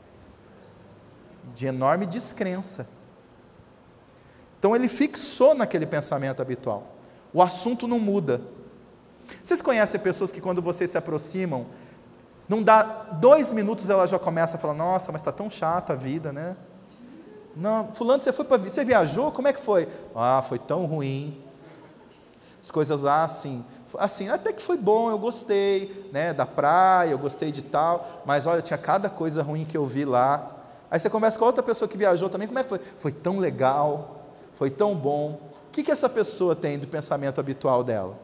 de enorme descrença. Então ele fixou naquele pensamento habitual, o assunto não muda. Vocês conhecem pessoas que quando vocês se aproximam, não dá 2 minutos ela já começa a falar, nossa, mas está tão chata a vida, né? Não, fulano, você viajou? Como é que foi? Ah, foi tão ruim. As coisas lá, assim, até que foi bom, eu gostei, né, da praia, eu gostei de tal, mas olha, tinha cada coisa ruim que eu vi lá. Aí você conversa com outra pessoa que viajou também, como é que foi? Foi tão legal, foi tão bom. O que essa pessoa tem do pensamento habitual dela?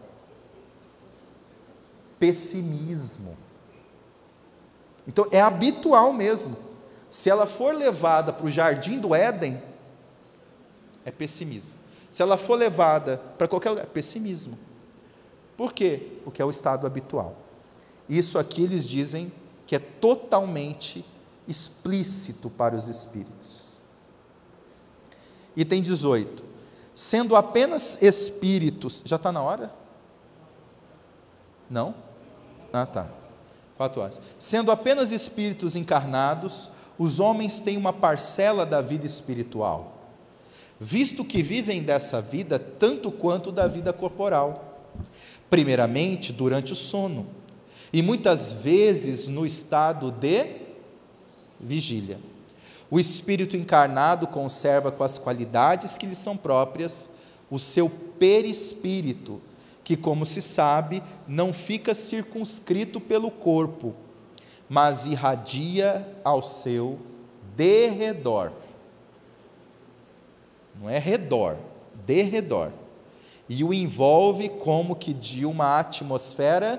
Pessimismo. Então é habitual mesmo. Se ela for levada para o jardim do Éden, é pessimismo. Se ela for levada para qualquer lugar, é pessimismo. Por quê? Porque é o estado habitual. Isso aqui eles dizem que é totalmente explícito para os espíritos. Item 18. Sendo apenas espíritos... Já está na hora? Não? Ah, tá. 4 horas. Sendo apenas espíritos encarnados, os homens têm uma parcela da vida espiritual, visto que vivem dessa vida tanto quanto da vida corporal, primeiramente durante o sono, e muitas vezes no estado de vigília. O espírito encarnado conserva com as qualidades que lhe são próprias o seu perispírito, que, como se sabe, não fica circunscrito pelo corpo, mas irradia ao seu derredor. Não é redor, derredor. E o envolve como que de uma atmosfera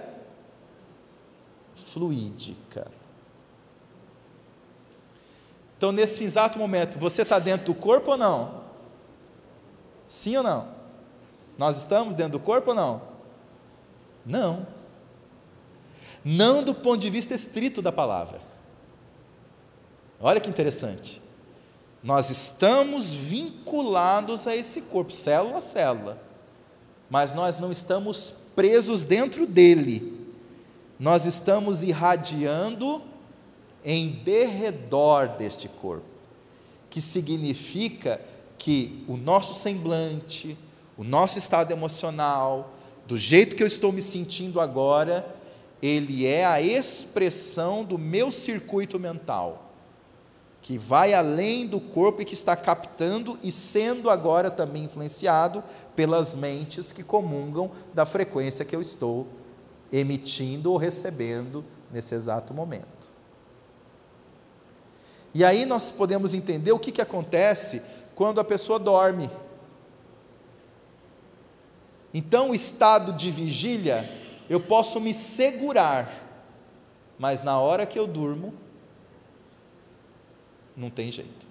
fluídica. Então, nesse exato momento, você está dentro do corpo ou não? Sim ou não? Nós estamos dentro do corpo ou não? Não. Não do ponto de vista estrito da palavra. Olha que interessante. Nós estamos vinculados a esse corpo, célula a célula, mas nós não estamos presos dentro dele. Nós estamos irradiando em derredor deste corpo, que significa que o nosso semblante, o nosso estado emocional, do jeito que eu estou me sentindo agora, ele é a expressão do meu circuito mental, que vai além do corpo e que está captando e sendo agora também influenciado pelas mentes que comungam da frequência que eu estou emitindo ou recebendo nesse exato momento. E aí nós podemos entender o que acontece quando a pessoa dorme. Então, o estado de vigília, eu posso me segurar, mas na hora que eu durmo, não tem jeito.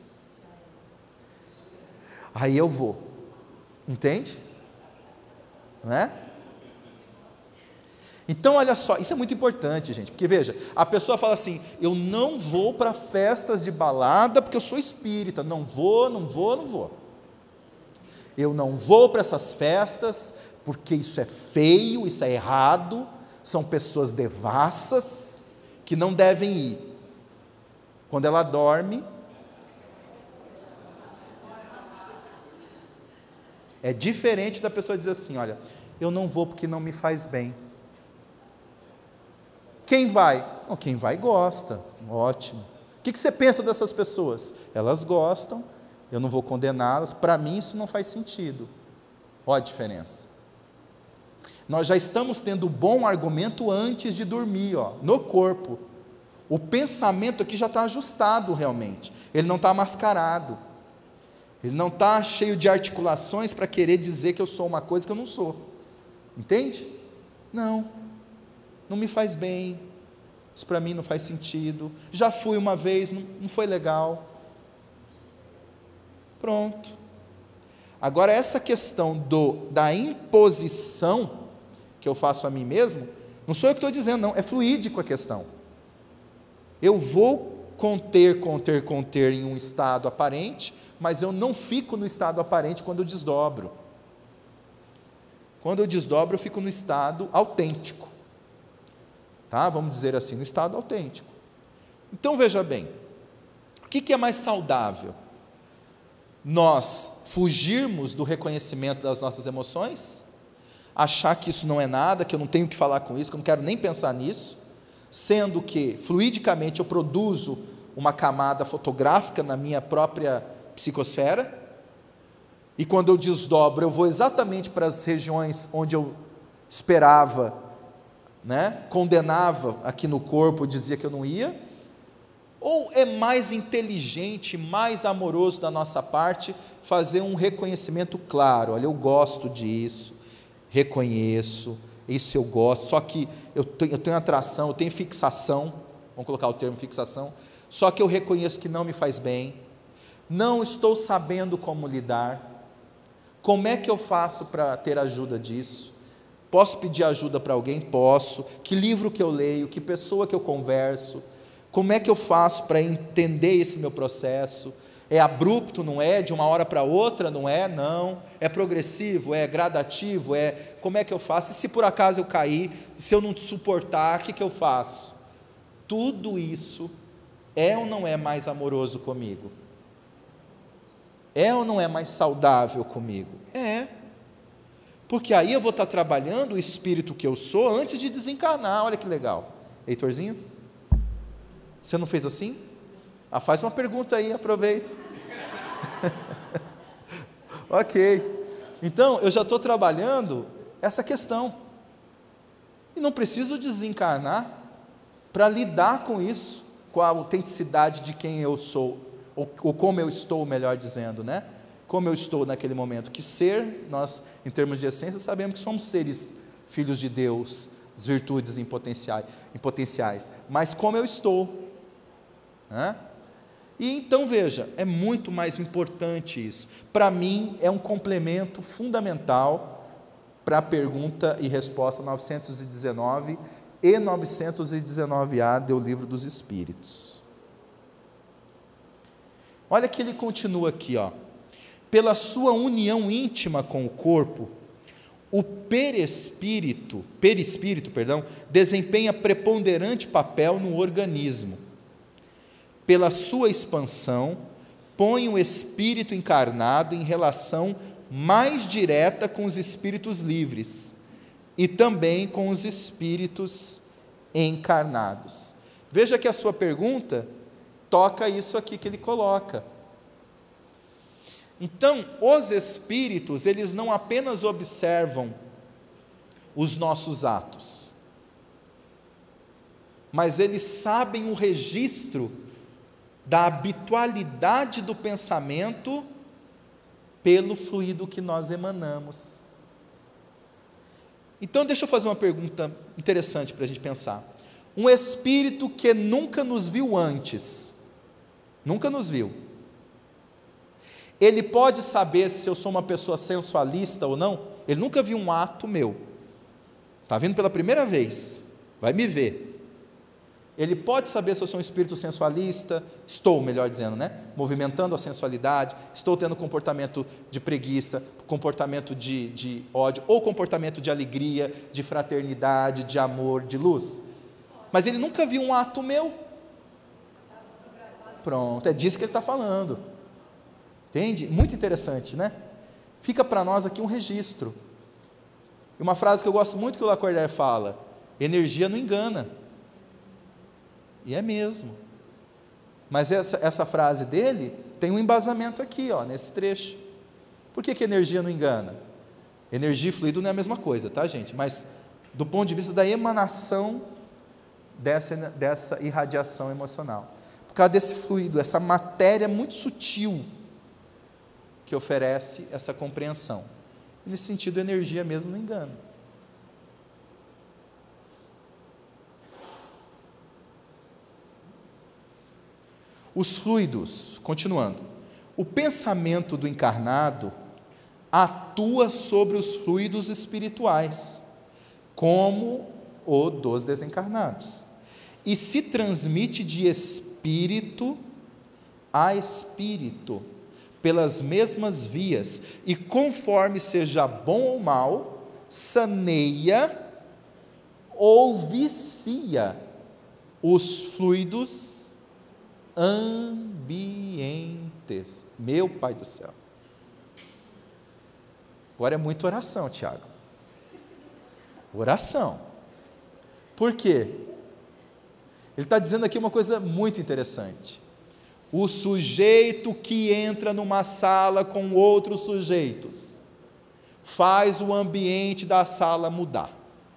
Aí eu vou, entende? Não é? Então, olha só, isso é muito importante, gente, porque veja, a pessoa fala assim: eu não vou para festas de balada porque eu sou espírita, não vou. Eu não vou para essas festas porque isso é feio, isso é errado, são pessoas devassas que não devem ir. Quando ela dorme, é diferente da pessoa dizer assim: olha, eu não vou porque não me faz bem. Quem vai? Não, quem vai gosta, ótimo. O que você pensa dessas pessoas? Elas gostam, eu não vou condená-las, para mim isso não faz sentido. Olha a diferença. Nós já estamos tendo bom argumento antes de dormir, no corpo. O pensamento aqui já está ajustado realmente, ele não está mascarado, ele não está cheio de articulações para querer dizer que eu sou uma coisa que eu não sou, entende? Não me faz bem, isso para mim não faz sentido, já fui uma vez, não foi legal, pronto. Agora essa questão da imposição que eu faço a mim mesmo, não sou eu que estou dizendo não, é fluídico a questão. Eu vou conter em um estado aparente, mas eu não fico no estado aparente quando eu desdobro. Quando eu desdobro, eu fico no estado autêntico. Tá? Vamos dizer assim, no estado autêntico. Então, veja bem, o que é mais saudável? Nós fugirmos do reconhecimento das nossas emoções, achar que isso não é nada, que eu não tenho que falar com isso, que eu não quero nem pensar nisso, sendo que, fluidicamente, eu produzo uma camada fotográfica na minha própria psicosfera, e quando eu desdobro, eu vou exatamente para as regiões onde eu esperava, condenava aqui no corpo, dizia que eu não ia, ou é mais inteligente, mais amoroso da nossa parte, fazer um reconhecimento claro: olha, eu gosto disso, reconheço, isso eu gosto, só que eu tenho atração, eu tenho fixação, vamos colocar o termo fixação, só que eu reconheço que não me faz bem, não estou sabendo como lidar, como é que eu faço para ter ajuda disso? Posso pedir ajuda para alguém? Posso. Que livro que eu leio? Que pessoa que eu converso? Como é que eu faço para entender esse meu processo? É abrupto, não é? De uma hora para outra, não é? Não. É progressivo? É gradativo? Como é que eu faço? E se por acaso eu cair, se eu não suportar, o que eu faço? Tudo isso é ou não é mais amoroso comigo? É ou não é mais saudável comigo? É. Porque aí eu vou estar trabalhando o espírito que eu sou antes de desencarnar. Olha que legal. Heitorzinho? Você não fez assim? Faz uma pergunta aí, aproveita. Ok. Então, eu já estou trabalhando essa questão. E não preciso desencarnar para lidar com isso, com a autenticidade de quem eu sou, ou como eu estou, melhor dizendo, como eu estou naquele momento. Que ser, nós, em termos de essência, sabemos que somos seres filhos de Deus, as virtudes em potenciais, mas como eu estou. E então, veja, é muito mais importante isso. Para mim, é um complemento fundamental para a pergunta e resposta 919 e 919A do Livro dos Espíritos. Olha que ele continua aqui, pela sua união íntima com o corpo, o perispírito, desempenha preponderante papel no organismo. Pela sua expansão, põe o espírito encarnado em relação mais direta com os espíritos livres e também com os espíritos encarnados. Veja que a sua pergunta toca isso aqui que ele coloca. Então, os espíritos, eles não apenas observam os nossos atos, mas eles sabem o registro da habitualidade do pensamento pelo fluido que nós emanamos. Então, deixa eu fazer uma pergunta interessante para a gente pensar. Um espírito que nunca nos viu antes, nunca nos viu, ele pode saber se eu sou uma pessoa sensualista ou não? Ele nunca viu um ato meu, está vindo pela primeira vez, vai me ver. Ele pode saber se eu sou um espírito sensualista, estou, melhor dizendo, né? Movimentando a sensualidade, estou tendo comportamento de preguiça, comportamento de ódio, ou comportamento de alegria, de fraternidade, de amor, de luz. Mas ele nunca viu um ato meu. Pronto, é disso que ele está falando. Entende? Muito interessante, né? Fica para nós aqui um registro. E uma frase que eu gosto muito que o Lacordaire fala: energia não engana. E é mesmo. Mas essa frase dele tem um embasamento aqui, ó, nesse trecho. Por que energia não engana? Energia e fluido não é a mesma coisa, tá, gente? Mas do ponto de vista da emanação dessa irradiação emocional. Por causa desse fluido, essa matéria muito sutil que oferece essa compreensão. Nesse sentido, energia mesmo não engana. Os fluidos, continuando, o pensamento do encarnado atua sobre os fluidos espirituais, como o dos desencarnados, e se transmite de espírito a espírito, pelas mesmas vias, e conforme seja bom ou mal, saneia ou vicia os fluidos ambientes. Meu Pai do céu. Agora é muita oração, Tiago. Oração. Por quê? Ele está dizendo aqui uma coisa muito interessante. O sujeito que entra numa sala com outros sujeitos faz o ambiente da sala mudar.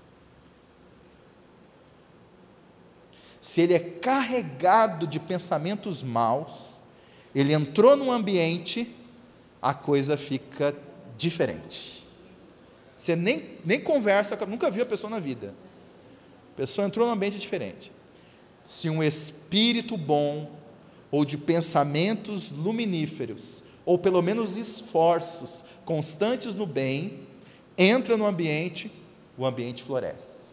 Se ele é carregado de pensamentos maus, ele entrou num ambiente, a coisa fica diferente. Você nem conversa, nunca viu a pessoa na vida. A pessoa entrou num ambiente diferente. Se um espírito bom, ou de pensamentos luminíferos, ou pelo menos esforços constantes no bem, entra no ambiente, o ambiente floresce.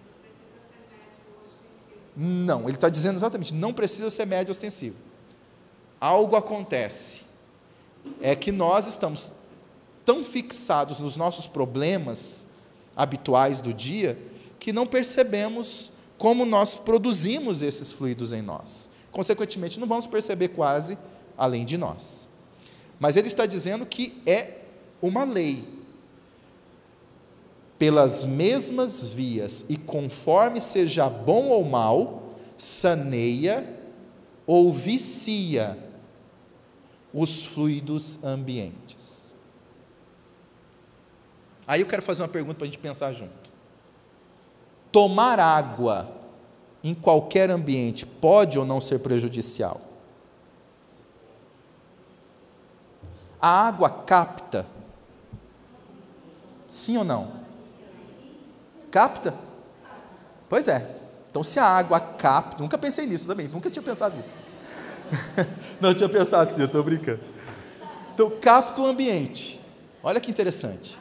Não, ele está dizendo exatamente, não precisa ser médio ostensivo. Algo acontece, é que nós estamos tão fixados nos nossos problemas habituais do dia, que não percebemos como nós produzimos esses fluidos em nós. Consequentemente, não vamos perceber quase além de nós. Mas ele está dizendo que é uma lei. Pelas mesmas vias e conforme seja bom ou mal, saneia ou vicia os fluidos ambientes. Aí eu quero fazer uma pergunta para a gente pensar junto. Tomar água em qualquer ambiente pode ou não ser prejudicial? A água capta? Sim ou não? Capta? Pois é. Então, se a água capta, nunca pensei nisso também, nunca tinha pensado nisso. Não tinha pensado assim, eu estou brincando. Então, capta o ambiente. Olha que interessante.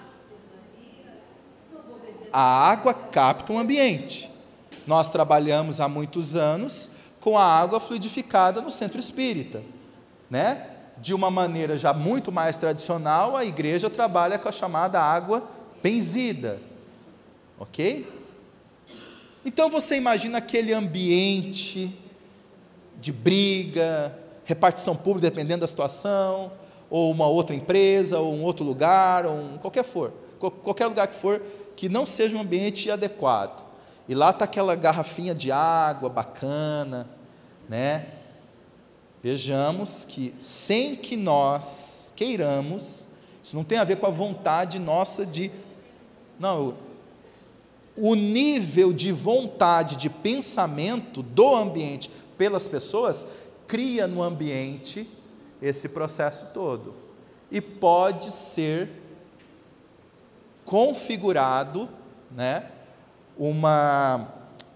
A água capta o ambiente. Nós trabalhamos há muitos anos com a água fluidificada no centro espírita, né? De uma maneira já muito mais tradicional, a igreja trabalha com a chamada água benzida. Ok? Então você imagina aquele ambiente de briga, repartição pública, dependendo da situação, ou uma outra empresa, ou um outro lugar, ou qualquer lugar que for, que não seja um ambiente adequado. E lá está aquela garrafinha de água bacana, né? Vejamos que, sem que nós queiramos, isso não tem a ver com a vontade nossa de... Não, o nível de vontade, de pensamento do ambiente pelas pessoas, cria no ambiente esse processo todo. E pode ser configurado né, uma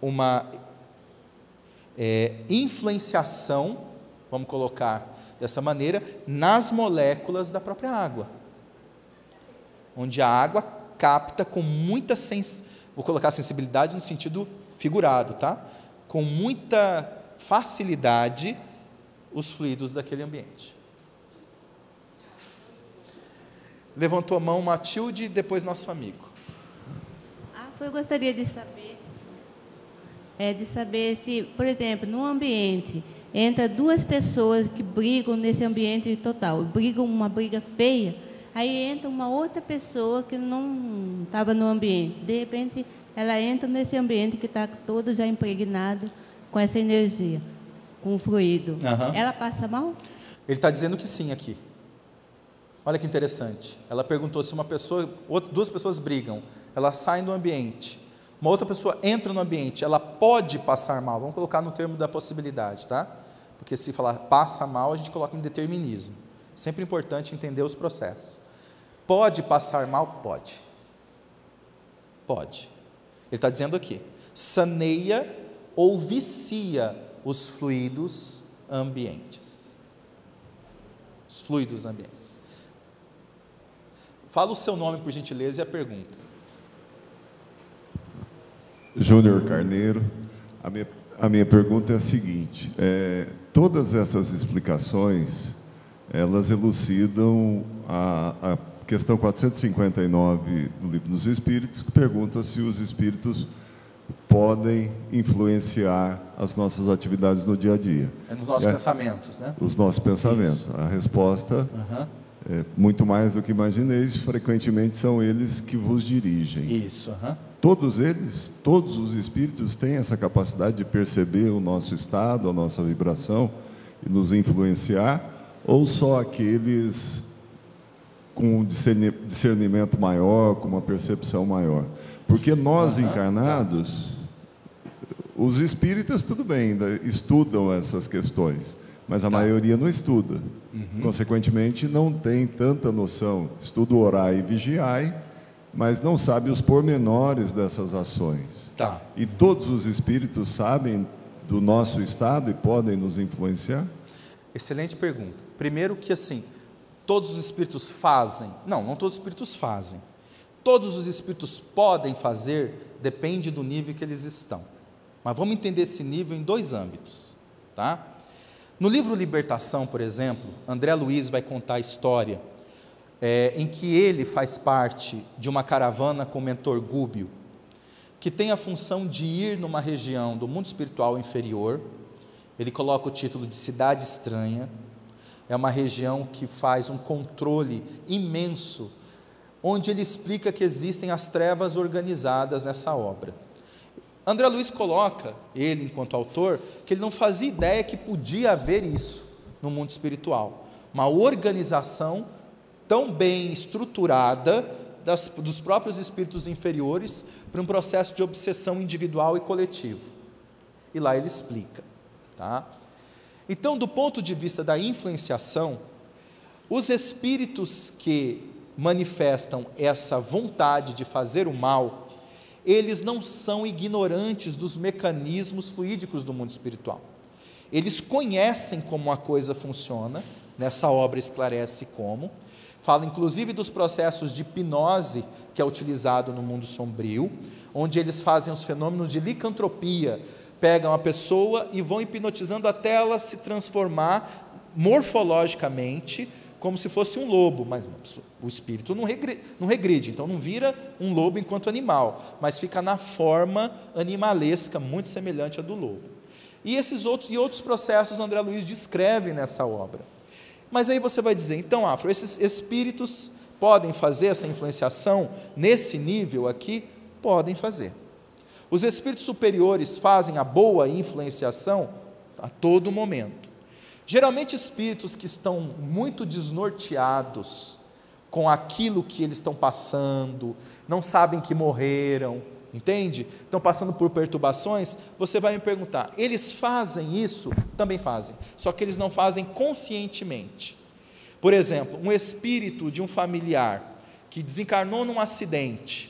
influenciação, vamos colocar dessa maneira, nas moléculas da própria água, onde a água capta com muita vou colocar sensibilidade no sentido figurado, tá? Com muita facilidade os fluidos daquele ambiente. Levantou a mão Matilde, depois nosso amigo. Eu gostaria de saber se, por exemplo, num ambiente, entra duas pessoas que brigam nesse ambiente total, brigam uma briga feia, aí entra uma outra pessoa que não estava no ambiente, de repente ela entra nesse ambiente que está todo já impregnado com essa energia, com o fluido. Ela passa mal? Ele está dizendo que sim aqui. Olha que interessante. Ela perguntou se duas pessoas brigam, elas saem do ambiente, uma outra pessoa entra no ambiente, ela pode passar mal. Vamos colocar no termo da possibilidade, tá? Porque se falar passa mal, a gente coloca em determinismo. Sempre importante entender os processos. Pode passar mal? Pode. Pode. Ele está dizendo aqui, saneia ou vicia os fluidos ambientes. Os fluidos ambientes. Fala o seu nome, por gentileza, e a pergunta. Júnior Carneiro. A minha pergunta é a seguinte: todas essas explicações, elas elucidam a questão 459 do Livro dos Espíritos, que pergunta se os espíritos podem influenciar as nossas atividades no dia a dia. Nos nossos pensamentos, né? Os nossos pensamentos. Isso. A resposta é muito mais do que imagineis, frequentemente são eles que vos dirigem. Isso. Todos eles, todos os espíritos têm essa capacidade de perceber o nosso estado, a nossa vibração e nos influenciar, ou só aqueles com um discernimento maior, com uma percepção maior? Porque nós encarnados, os espíritas, tudo bem, ainda estudam essas questões, mas a maioria não estuda. Consequentemente, não tem tanta noção. Estuda orai e vigiai, mas não sabe os pormenores dessas ações. E todos os espíritos sabem do nosso estado e podem nos influenciar? Excelente pergunta. Primeiro que assim, todos os espíritos fazem? Não todos os espíritos fazem. Todos os espíritos podem fazer, depende do nível que eles estão. Mas vamos entender esse nível em dois âmbitos, tá? No livro Libertação, por exemplo, André Luiz vai contar a história em que ele faz parte de uma caravana com o mentor Gúbio, que tem a função de ir numa região do mundo espiritual inferior. Ele coloca o título de Cidade Estranha. É uma região que faz um controle imenso, onde ele explica que existem as trevas organizadas nessa obra. André Luiz coloca, ele enquanto autor, que ele não fazia ideia que podia haver isso no mundo espiritual. Uma organização tão bem estruturada dos próprios espíritos inferiores para um processo de obsessão individual e coletivo. E lá ele explica, tá? Então, do ponto de vista da influenciação, os espíritos que manifestam essa vontade de fazer o mal, eles não são ignorantes dos mecanismos fluídicos do mundo espiritual. Eles conhecem como a coisa funciona, nessa obra esclarece como, fala inclusive dos processos de hipnose que é utilizado no mundo sombrio, onde eles fazem os fenômenos de licantropia, pegam a pessoa e vão hipnotizando até ela se transformar morfologicamente como se fosse um lobo, mas o espírito não regride, então não vira um lobo enquanto animal, mas fica na forma animalesca, muito semelhante à do lobo. E esses outros processos André Luiz descreve nessa obra. Mas aí você vai dizer, então, Afro, esses espíritos podem fazer essa influenciação nesse nível aqui? Podem fazer. Os espíritos superiores fazem a boa influenciação a todo momento. Geralmente espíritos que estão muito desnorteados com aquilo que eles estão passando, não sabem que morreram, entende? Estão passando por perturbações, você vai me perguntar, eles fazem isso? Também fazem, só que eles não fazem conscientemente. Por exemplo, um espírito de um familiar que desencarnou num acidente, que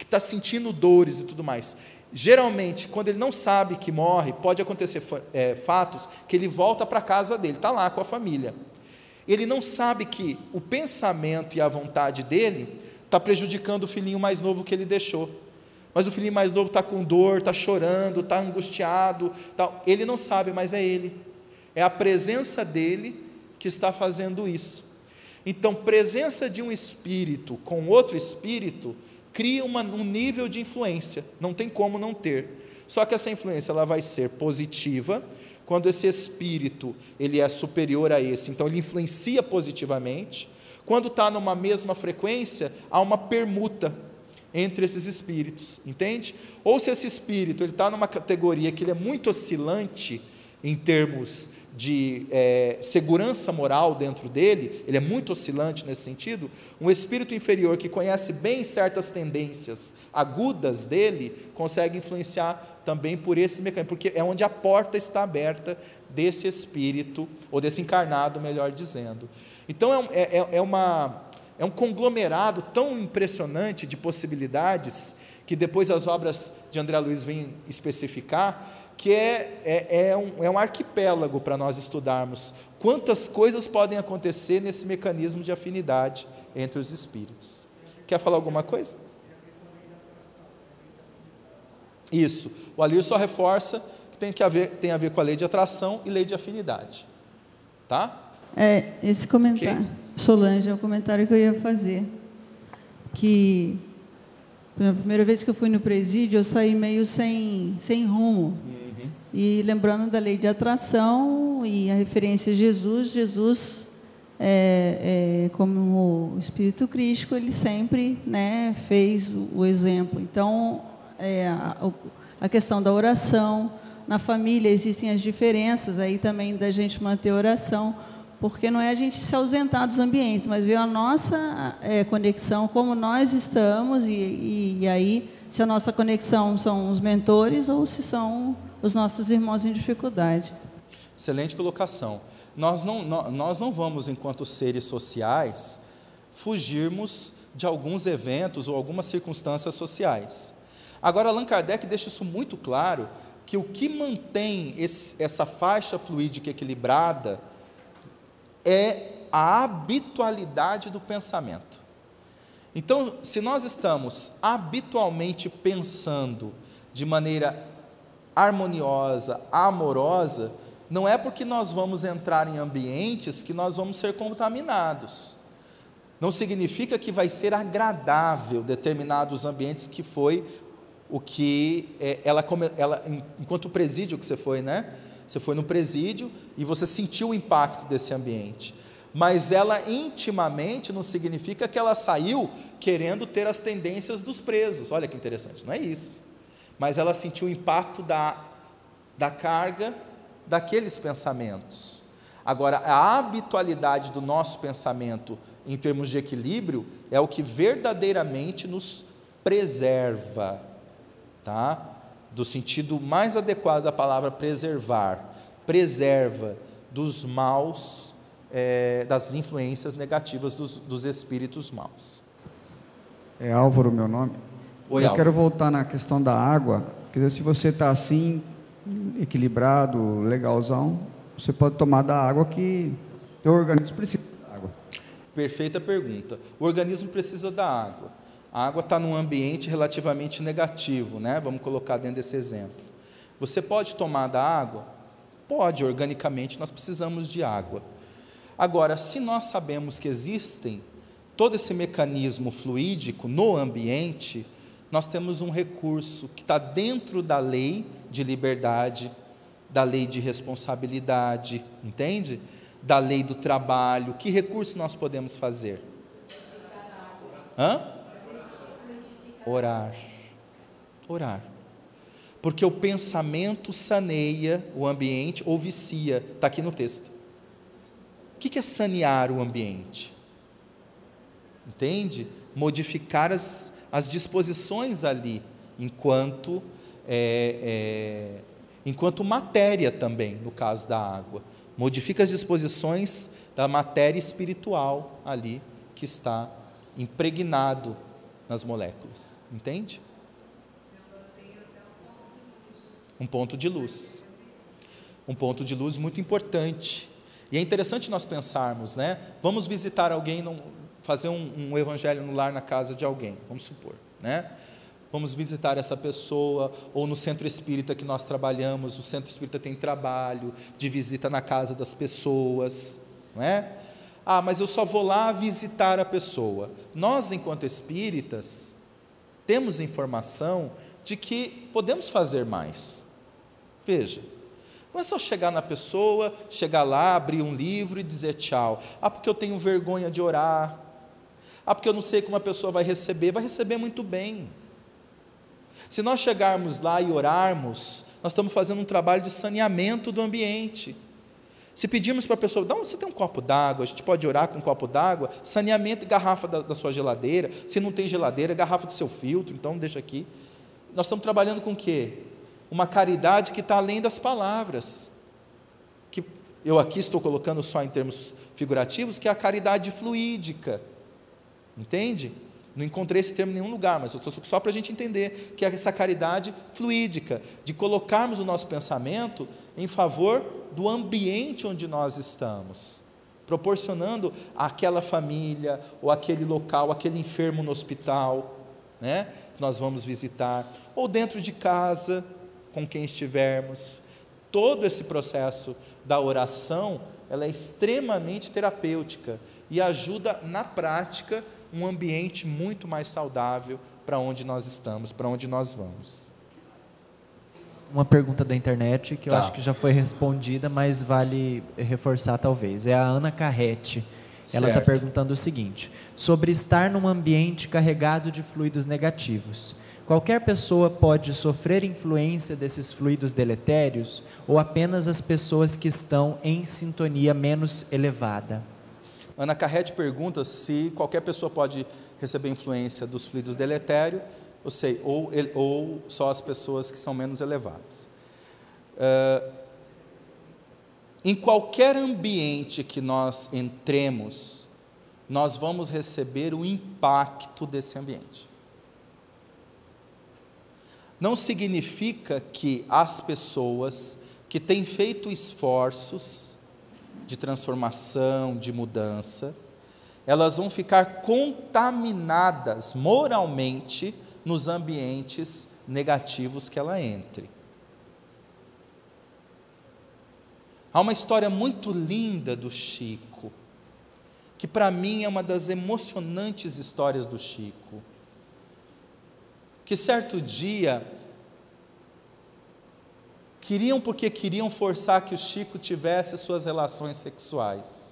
está sentindo dores e tudo mais. Geralmente, quando ele não sabe que morre, pode acontecer fatos que ele volta para a casa dele, está lá com a família. Ele não sabe que o pensamento e a vontade dele está prejudicando o filhinho mais novo que ele deixou. Mas o filhinho mais novo está com dor, está chorando, está angustiado, tal. Ele não sabe, mas é ele. É a presença dele que está fazendo isso. Então, presença de um espírito com outro espírito cria um nível de influência, não tem como não ter. Só que essa influência ela vai ser positiva, quando esse espírito ele é superior a esse, então ele influencia positivamente. Quando está numa mesma frequência, há uma permuta entre esses espíritos, entende? Ou se esse espírito está numa categoria que ele é muito oscilante, em termos de segurança moral dentro dele, ele é muito oscilante nesse sentido, um espírito inferior que conhece bem certas tendências agudas dele, consegue influenciar também por esse mecanismo, porque é onde a porta está aberta desse espírito, ou desse encarnado, melhor dizendo. Então é um conglomerado tão impressionante de possibilidades, que depois as obras de André Luiz vêm especificar, que é um arquipélago para nós estudarmos quantas coisas podem acontecer nesse mecanismo de afinidade entre os espíritos. Quer falar alguma coisa? Isso, o Alir só reforça que tem a ver com a lei de atração e lei de afinidade. Tá? Esse comentário, okay. Solange, é um comentário que eu ia fazer, que a primeira vez que eu fui no presídio, eu saí meio sem rumo. E lembrando da lei de atração e a referência a Jesus, como o Espírito Crístico, ele sempre, né, fez o exemplo. Então, a questão da oração, na família existem as diferenças aí também da gente manter a oração, porque não é a gente se ausentar dos ambientes, mas ver a nossa conexão, como nós estamos, e aí, se a nossa conexão são os mentores ou se são os nossos irmãos em dificuldade. Excelente colocação. Nós não vamos, enquanto seres sociais, fugirmos de alguns eventos ou algumas circunstâncias sociais. Agora, Allan Kardec deixa isso muito claro, que o que mantém essa faixa fluídica equilibrada é a habitualidade do pensamento. Então, se nós estamos habitualmente pensando de maneira harmoniosa, amorosa, não é porque nós vamos entrar em ambientes que nós vamos ser contaminados. Não significa que vai ser agradável determinados ambientes, que foi o que enquanto presídio que você foi, né? Você foi no presídio e você sentiu o impacto desse ambiente. Mas ela intimamente não significa que ela saiu querendo ter as tendências dos presos. Olha que interessante, não é isso. Mas ela sentiu o impacto da carga daqueles pensamentos. Agora, a habitualidade do nosso pensamento em termos de equilíbrio é o que verdadeiramente nos preserva, tá? Do sentido mais adequado da palavra preservar, preserva dos maus, das influências negativas dos espíritos maus. É Álvaro meu nome. Oi, eu Álvaro. quero voltar na questão da água. Quer dizer, se você está assim, equilibrado, legalzão, você pode tomar da água que o organismo precisa da água. Perfeita pergunta. O organismo precisa da água. A água está num ambiente relativamente negativo, né? Vamos colocar dentro desse exemplo. Você pode tomar da água? Pode, organicamente nós precisamos de água. Agora, se nós sabemos que existem todo esse mecanismo fluídico no ambiente, nós temos um recurso que está dentro da lei de liberdade, da lei de responsabilidade, entende? Da lei do trabalho. Que recurso nós podemos fazer? Orar. Orar. Porque o pensamento saneia o ambiente ou vicia, está aqui no texto. O que é sanear o ambiente? Entende? Modificar as disposições ali, enquanto matéria também, no caso da água. Modifica as disposições da matéria espiritual ali, que está impregnado nas moléculas, entende? Um ponto de luz. Um ponto de luz muito importante. E é interessante nós pensarmos, né? Vamos visitar alguém, fazer um evangelho no lar na casa de alguém, vamos supor, né? Vamos visitar essa pessoa, ou no centro espírita que nós trabalhamos, o centro espírita tem trabalho de visita na casa das pessoas, não é? Ah, mas eu só vou lá visitar a pessoa. Nós, enquanto espíritas, temos informação de que podemos fazer mais. Veja, não é só chegar na pessoa, chegar lá, abrir um livro e dizer tchau. Ah, porque eu tenho vergonha de orar. Ah, porque eu não sei como a pessoa vai receber muito bem. Se nós chegarmos lá e orarmos, nós estamos fazendo um trabalho de saneamento do ambiente. Se pedirmos para a pessoa, você tem um copo d'água, a gente pode orar com um copo d'água, saneamento e garrafa da sua geladeira. Se não tem geladeira, garrafa do seu filtro, então deixa aqui. Nós estamos trabalhando com o quê? Uma caridade que está além das palavras, que eu aqui estou colocando só em termos figurativos, que é a caridade fluídica, entende? Não encontrei esse termo em nenhum lugar, mas eu estou só para a gente entender que é essa caridade fluídica, de colocarmos o nosso pensamento em favor do ambiente onde nós estamos, proporcionando àquela família, ou aquele local, aquele enfermo no hospital, né, que nós vamos visitar, ou dentro de casa, com quem estivermos. Todo esse processo da oração, ela é extremamente terapêutica e ajuda na prática um ambiente muito mais saudável para onde nós estamos, para onde nós vamos. Uma pergunta da internet que eu acho que já foi respondida, mas vale reforçar talvez. É a Ana Carrete. Ela está perguntando o seguinte: sobre estar num ambiente carregado de fluidos negativos, qualquer pessoa pode sofrer influência desses fluidos deletérios ou apenas as pessoas que estão em sintonia menos elevada? Ana Carrete pergunta se qualquer pessoa pode receber influência dos fluidos deletérios, ou só as pessoas que são menos elevadas. Em qualquer ambiente que nós entremos, nós vamos receber o impacto desse ambiente. Não significa que as pessoas que têm feito esforços de transformação, de mudança, elas vão ficar contaminadas moralmente nos ambientes negativos que ela entre. Há uma história muito linda do Chico, que para mim é uma das emocionantes histórias do Chico, que certo dia queriam forçar que o Chico tivesse as suas relações sexuais,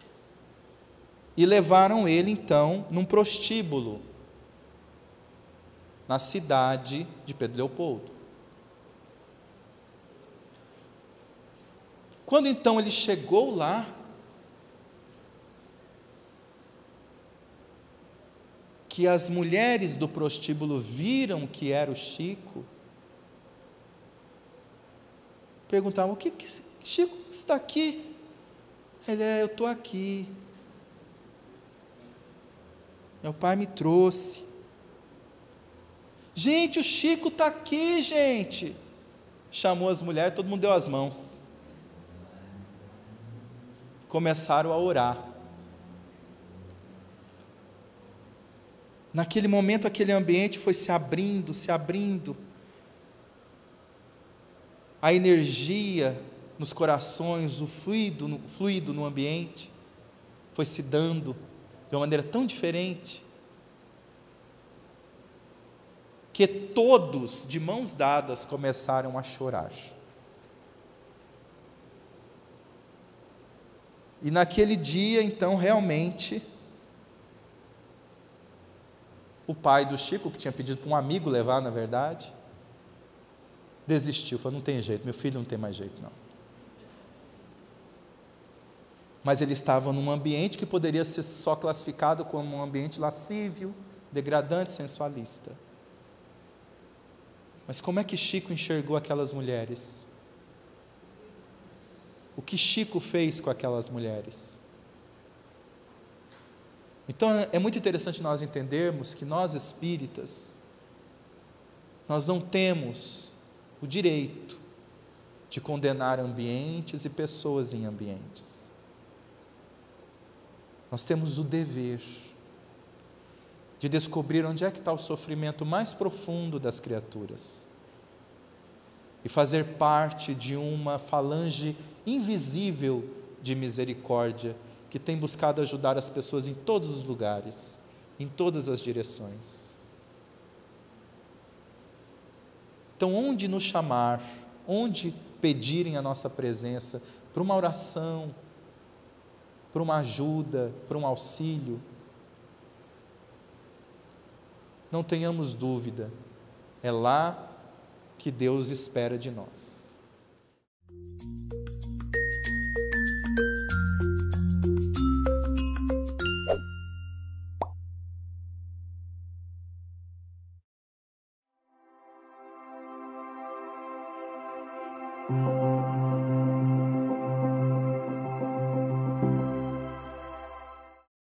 e levaram ele então num prostíbulo na cidade de Pedro Leopoldo. Quando então ele chegou lá, que as mulheres do prostíbulo viram que era o Chico, perguntavam: Chico, você está aqui? Ele: eu estou aqui. Meu pai me trouxe. Gente, o Chico está aqui, gente. Chamou as mulheres, todo mundo deu as mãos. Começaram a orar. Naquele momento, aquele ambiente foi se abrindo, se abrindo. A energia nos corações, o fluido no ambiente, foi se dando de uma maneira tão diferente, que todos, de mãos dadas, começaram a chorar. E naquele dia, então, realmente, o pai do Chico, que tinha pedido para um amigo levar, na verdade, desistiu, falou: não tem jeito, meu filho não tem mais jeito não. Mas ele estava num ambiente que poderia ser só classificado como um ambiente lascívio, degradante, sensualista. Mas como é que Chico enxergou aquelas mulheres? O que Chico fez com aquelas mulheres? Então é muito interessante nós entendermos que nós espíritas, nós não temos o direito de condenar ambientes e pessoas em ambientes. Nós temos o dever de descobrir onde é que está o sofrimento mais profundo das criaturas e fazer parte de uma falange invisível de misericórdia que tem buscado ajudar as pessoas em todos os lugares, em todas as direções. Então, onde nos chamar, onde pedirem a nossa presença para uma oração, para uma ajuda, para um auxílio, não tenhamos dúvida, é lá que Deus espera de nós.